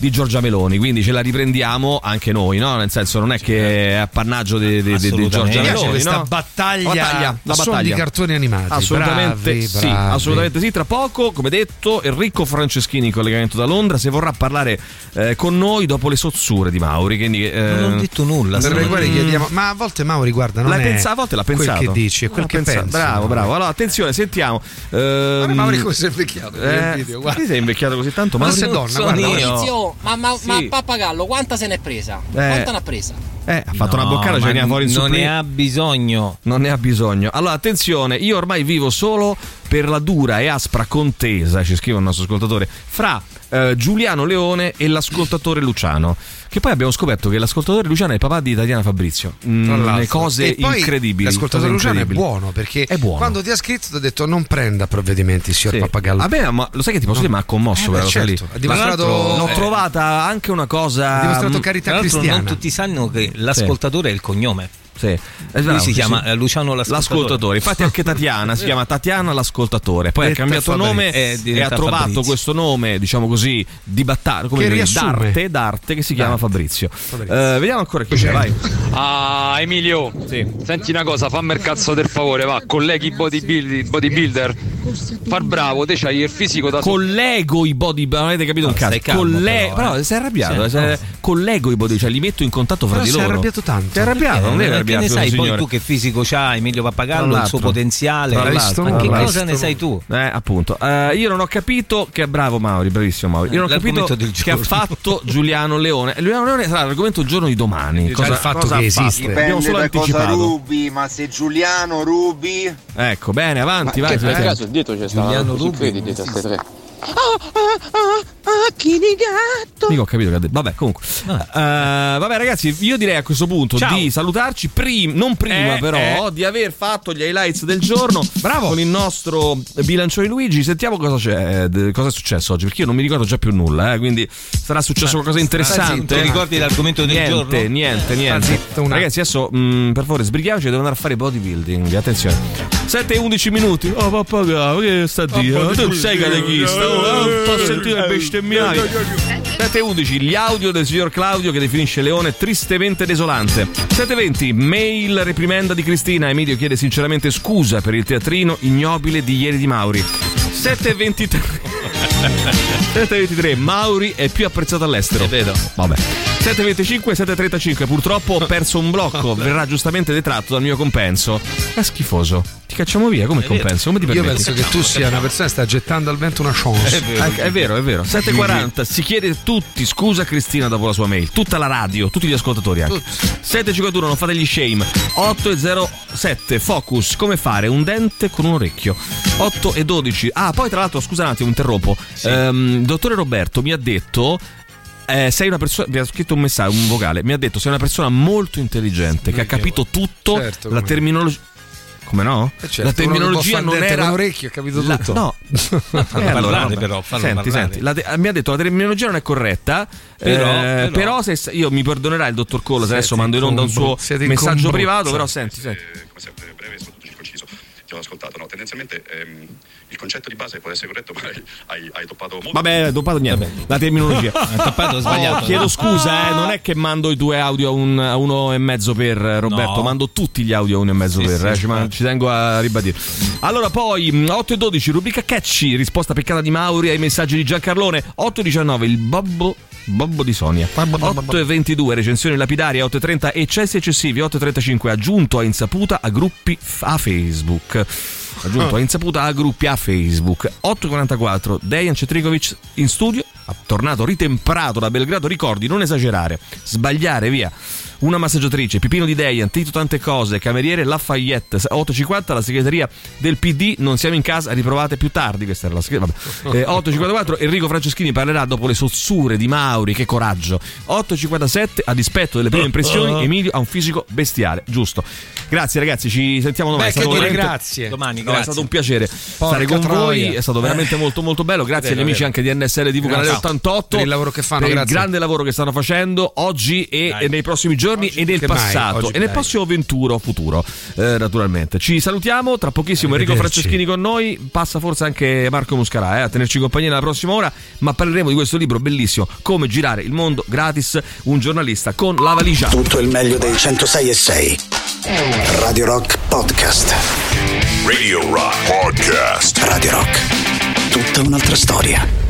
S3: di Giorgia Meloni, quindi ce la riprendiamo anche noi, no? Nel senso, non è che è appannaggio di, di, di, di Giorgia Meloni,
S4: questa
S3: no?
S4: battaglia,
S3: la battaglia, la
S4: sono di cartoni animati.
S3: Assolutamente
S4: bravi,
S3: sì,
S4: bravi.
S3: assolutamente sì. Tra poco, come detto, Enrico Franceschini in collegamento da Londra, se vorrà parlare eh, con noi dopo le sozzure di Mauri. Quindi, eh,
S5: non ho detto nulla.
S4: Per le quali chiediamo, ma a volte Mauri, guarda, non
S3: l'hai
S4: è
S3: pensato, a volte l'ha
S4: quel
S3: pensato.
S4: che dici, è quel
S3: l'ha
S4: che
S3: pensato.
S4: pensi.
S3: Bravo, bravo. Allora, attenzione, sentiamo. Ehm,
S4: ma Mauri come sei invecchiato?
S3: Eh,
S4: video,
S3: ti sei invecchiato così tanto?
S4: Ma
S3: Mauri,
S4: sei donna, guarda.
S6: Maurizio, ma, ma,
S3: Sì.
S6: ma Pappagallo quanta se n'è presa?
S3: Eh.
S6: Quanta n'ha presa?
S3: Eh, ha fatto
S5: No,
S3: una boccata,
S5: ma
S3: ce veniva fuori in
S5: non
S3: suppli-
S5: ne ha bisogno.
S3: Non ne ha bisogno. Allora, attenzione, io ormai vivo solo per la dura e aspra contesa, ci scrive un nostro ascoltatore, fra eh, Giuliano Leone e l'ascoltatore Luciano. Che poi abbiamo scoperto che l'ascoltatore Luciano è il papà di Tatiana Fabrizio. Mm, le cose
S4: e poi
S3: incredibili.
S4: L'ascoltatore
S3: cose
S4: Luciano è
S3: incredibili.
S4: buono perché
S3: È buono.
S4: quando ti ha scritto ti ha detto non prenda provvedimenti, signor
S3: Sì.
S4: Pappagallo.
S3: Vabbè, ma lo sai che ti posso
S4: No.
S3: dire? Mi ha commosso
S4: Eh,
S3: quella
S4: beh,
S3: cosa
S4: certo.
S3: lì.
S4: Ha dimostrato-
S3: Tra l'altro, l'ho
S4: eh,
S3: trovata anche una cosa.
S4: Ha dimostrato
S3: mm,
S4: carità
S5: Tra l'altro
S4: cristiana.
S5: non tutti sanno che l'ascoltatore è il cognome.
S3: Sì. Eh,
S5: Lui
S3: bravo,
S5: si
S3: sì,
S5: chiama
S3: sì.
S5: eh, Luciano l'ascoltatore.
S3: L'ascoltatore, infatti anche Tatiana si chiama Tatiana l'ascoltatore, poi ha
S4: Detta
S3: cambiato
S4: Fabrizio.
S3: nome
S5: Eh,
S3: e ha
S5: diventa
S3: trovato
S5: Fabrizio.
S3: questo nome, diciamo così, di battaglia, come
S4: Che
S3: dire,
S4: riassume.
S3: d'arte, d'arte, che si chiama
S4: D'arte.
S3: Fabrizio.
S4: Fabrizio.
S3: Eh, vediamo ancora chi c'è, vai.
S18: Ah, Emilio,
S3: Sì.
S18: senti una cosa, fammi il cazzo del favore, va, colleghi i bodybuilder, bodybuilder, far bravo, te c'hai il fisico da
S3: Collego i body, non avete capito un
S5: No,
S3: cazzo.
S5: stai calmo,
S3: Colle-
S5: però,
S3: però,
S5: eh.
S3: sei arrabbiato,
S5: Sì,
S3: sei-
S5: no.
S3: collego i body, cioè li metto in contatto fra
S4: Però
S3: di
S4: si è
S3: loro.
S4: arrabbiato tanto.
S3: Sei arrabbiato, non
S5: Eh,
S3: devi
S5: che
S3: arrabbiarti,
S5: ne sai
S3: signore.
S5: poi tu che fisico c'ha Emilio Pappagallo,
S3: Tra
S5: il suo
S3: l'altro.
S5: potenziale?
S3: Tra
S5: Ma
S3: l'altro,
S5: che
S3: tra
S5: cosa
S3: l'altro.
S5: ne sai tu?
S3: Eh, appunto. Eh, io non ho capito che bravo Mauri, bravissimo Mauri. Io non ho
S5: L'argomento
S3: capito
S5: del
S3: che ha
S5: giorno.
S3: fatto Giuliano Leone. Giuliano Leone sarà l'argomento il giorno di domani.
S4: Già il fatto
S3: cosa
S4: che
S3: ha fatto?
S4: esiste.
S3: Abbiamo
S19: Dipende
S3: solo
S19: da cosa
S3: anticipato.
S19: rubi, ma se Giuliano rubi.
S3: Ecco, bene, avanti, vai.
S19: che per
S3: vai.
S19: caso dietro c'è sta
S5: Giuliano
S19: così
S5: Rubi.
S19: credi dietro a ste tre.
S16: Occhi di gatto.
S3: Mica ho capito che ha detto. Vabbè, comunque. Eh, vabbè, ragazzi, io direi a questo punto
S5: Ciao.
S3: di salutarci. Prim- non prima,
S5: Eh,
S3: però,
S5: eh.
S3: di aver fatto gli highlights del giorno. Bravo! Con il nostro bilancione Luigi. Sentiamo cosa c'è. d- Cosa è successo oggi? Perché io non mi ricordo già più nulla, eh, quindi sarà successo qualcosa di interessante.
S5: Ti ricordi l'argomento del
S3: Niente,
S5: giorno?
S3: niente, niente.
S4: zitto, una-
S3: Ragazzi, adesso mh, per favore sbrighiamoci, devo andare a fare bodybuilding. Attenzione. sette e undici minuti. Oh, papà, che sta a dire? Tu sei catechista. Oh, non sto a sentire bestemmiare. sette e undici, gli audio del signor Claudio che definisce Leone tristemente desolante. sette e venti, mail reprimenda di Cristina. Emilio chiede sinceramente scusa per il teatrino ignobile di ieri di Mauri. sette e ventitré sette e ventitré, Mauri è più apprezzato all'estero.
S5: È vero.
S3: Vabbè. sette e venticinque, sette e trentacinque, purtroppo ho perso un blocco, verrà giustamente detratto dal mio compenso. È schifoso. Ti cacciamo via, come compenso? Come ti
S4: Io
S3: permetti?
S4: penso che tu sia una persona che sta gettando al vento una chance.
S3: È vero, è vero, è vero. sette e quaranta, si chiede tutti scusa a Cristina dopo la sua mail. Tutta la radio, tutti gli ascoltatori anche. sette e cinquantuno, non fate gli shame. otto e zero sette, focus, come fare un dente con un orecchio. otto e dodici. Ah, poi tra l'altro, scusa un attimo, interrompo. Ehm, dottore Roberto mi ha detto eh, sei una persona, mi ha scritto un messaggio, un vocale, mi ha detto sei una persona molto intelligente che ha capito tutto,
S4: Certo,
S3: la
S4: come-
S3: terminologia. Come no?
S4: Eh certo,
S3: la terminologia
S4: uno che può
S3: non
S4: fare dente
S3: era
S4: con un orecchio, ha capito
S3: la-
S4: tutto.
S3: No.
S5: Fallo
S3: Eh, allora,
S5: parlare
S3: vabbè.
S5: però, fallo
S3: senti,
S5: parlare.
S3: senti, la te- mi ha detto la terminologia non è corretta,
S5: Però,
S3: eh,
S5: però.
S3: però se io mi perdonerà il dottor Colla se
S4: Siete
S3: adesso mando in onda un suo
S4: incombro- siete
S3: messaggio
S4: incombro-
S3: privato, però
S4: Sì.
S3: senti, senti.
S20: Come sempre breve, soprattutto conciso. Ti ho ascoltato, no? Tendenzialmente ehm, il concetto di base può essere corretto, ma hai, hai, hai toppato molto.
S3: Vabbè, doppato niente. La terminologia.
S5: Ha toppato, ho sbagliato.
S3: Oh, chiedo scusa, eh, non è che mando i due audio a, un, a uno e mezzo per eh, Roberto,
S5: No.
S3: mando tutti gli audio a uno e mezzo
S5: Sì,
S3: per,
S5: sì,
S3: eh, ci, ma- ci tengo a ribadire. Allora, poi mh, otto e dodici, rubrica catchy, risposta peccata di Mauri ai messaggi di Giancarlone. otto e diciannove, il babbo Bobbo di Sonia. otto e ventidue, recensioni lapidarie. Otto e trenta, eccessi eccessivi. otto e trentacinque, aggiunto a insaputa a gruppi f- a Facebook. Aggiunto a insaputa a gruppi a Facebook. otto e quarantaquattro, Dejan Cetrikovic in studio, tornato ritemperato da Belgrado. Ricordi, non esagerare, sbagliare, via. Una massaggiatrice, Pipino di Dejan, Tito tante cose, cameriere Lafayette. otto e cinquanta, la segreteria del P D, non siamo in casa, riprovate più tardi. Questa era la segreteria. Eh, otto e cinquantaquattro, Enrico Franceschini parlerà dopo le sozzure di Mauri, che coraggio. otto e cinquantasette, a dispetto delle prime impressioni, Emilio ha un fisico bestiale, giusto. Grazie ragazzi, ci sentiamo domani.
S4: Beh,
S3: è stato
S4: che dire,
S3: veramente-
S4: grazie.
S5: Domani,
S3: No,
S5: grazie.
S3: è stato un piacere stare con
S4: troia.
S3: voi, è stato veramente
S4: Eh.
S3: molto molto bello. Grazie
S4: Vero,
S3: agli amici
S4: vero.
S3: anche di N S L T V canale
S4: Grazie.
S3: ottantotto
S4: Per il lavoro che fanno,
S3: per il
S4: grazie.
S3: grande lavoro che stanno facendo oggi e,
S5: Dai.
S3: e nei prossimi giorni. giorni e nel
S4: che
S3: passato
S4: mai,
S3: e nel
S4: mai.
S3: prossimo venturo futuro, eh, naturalmente. Ci salutiamo, tra pochissimo Enrico Franceschini con noi, passa forse anche Marco Muscarà eh, a tenerci compagnia nella prossima ora, ma parleremo di questo libro bellissimo, Come girare il mondo gratis, un giornalista con la valigia.
S14: Tutto il meglio dei centosei e sei. Radio Rock Podcast.
S2: Radio Rock Podcast.
S14: Radio Rock. Tutta un'altra storia.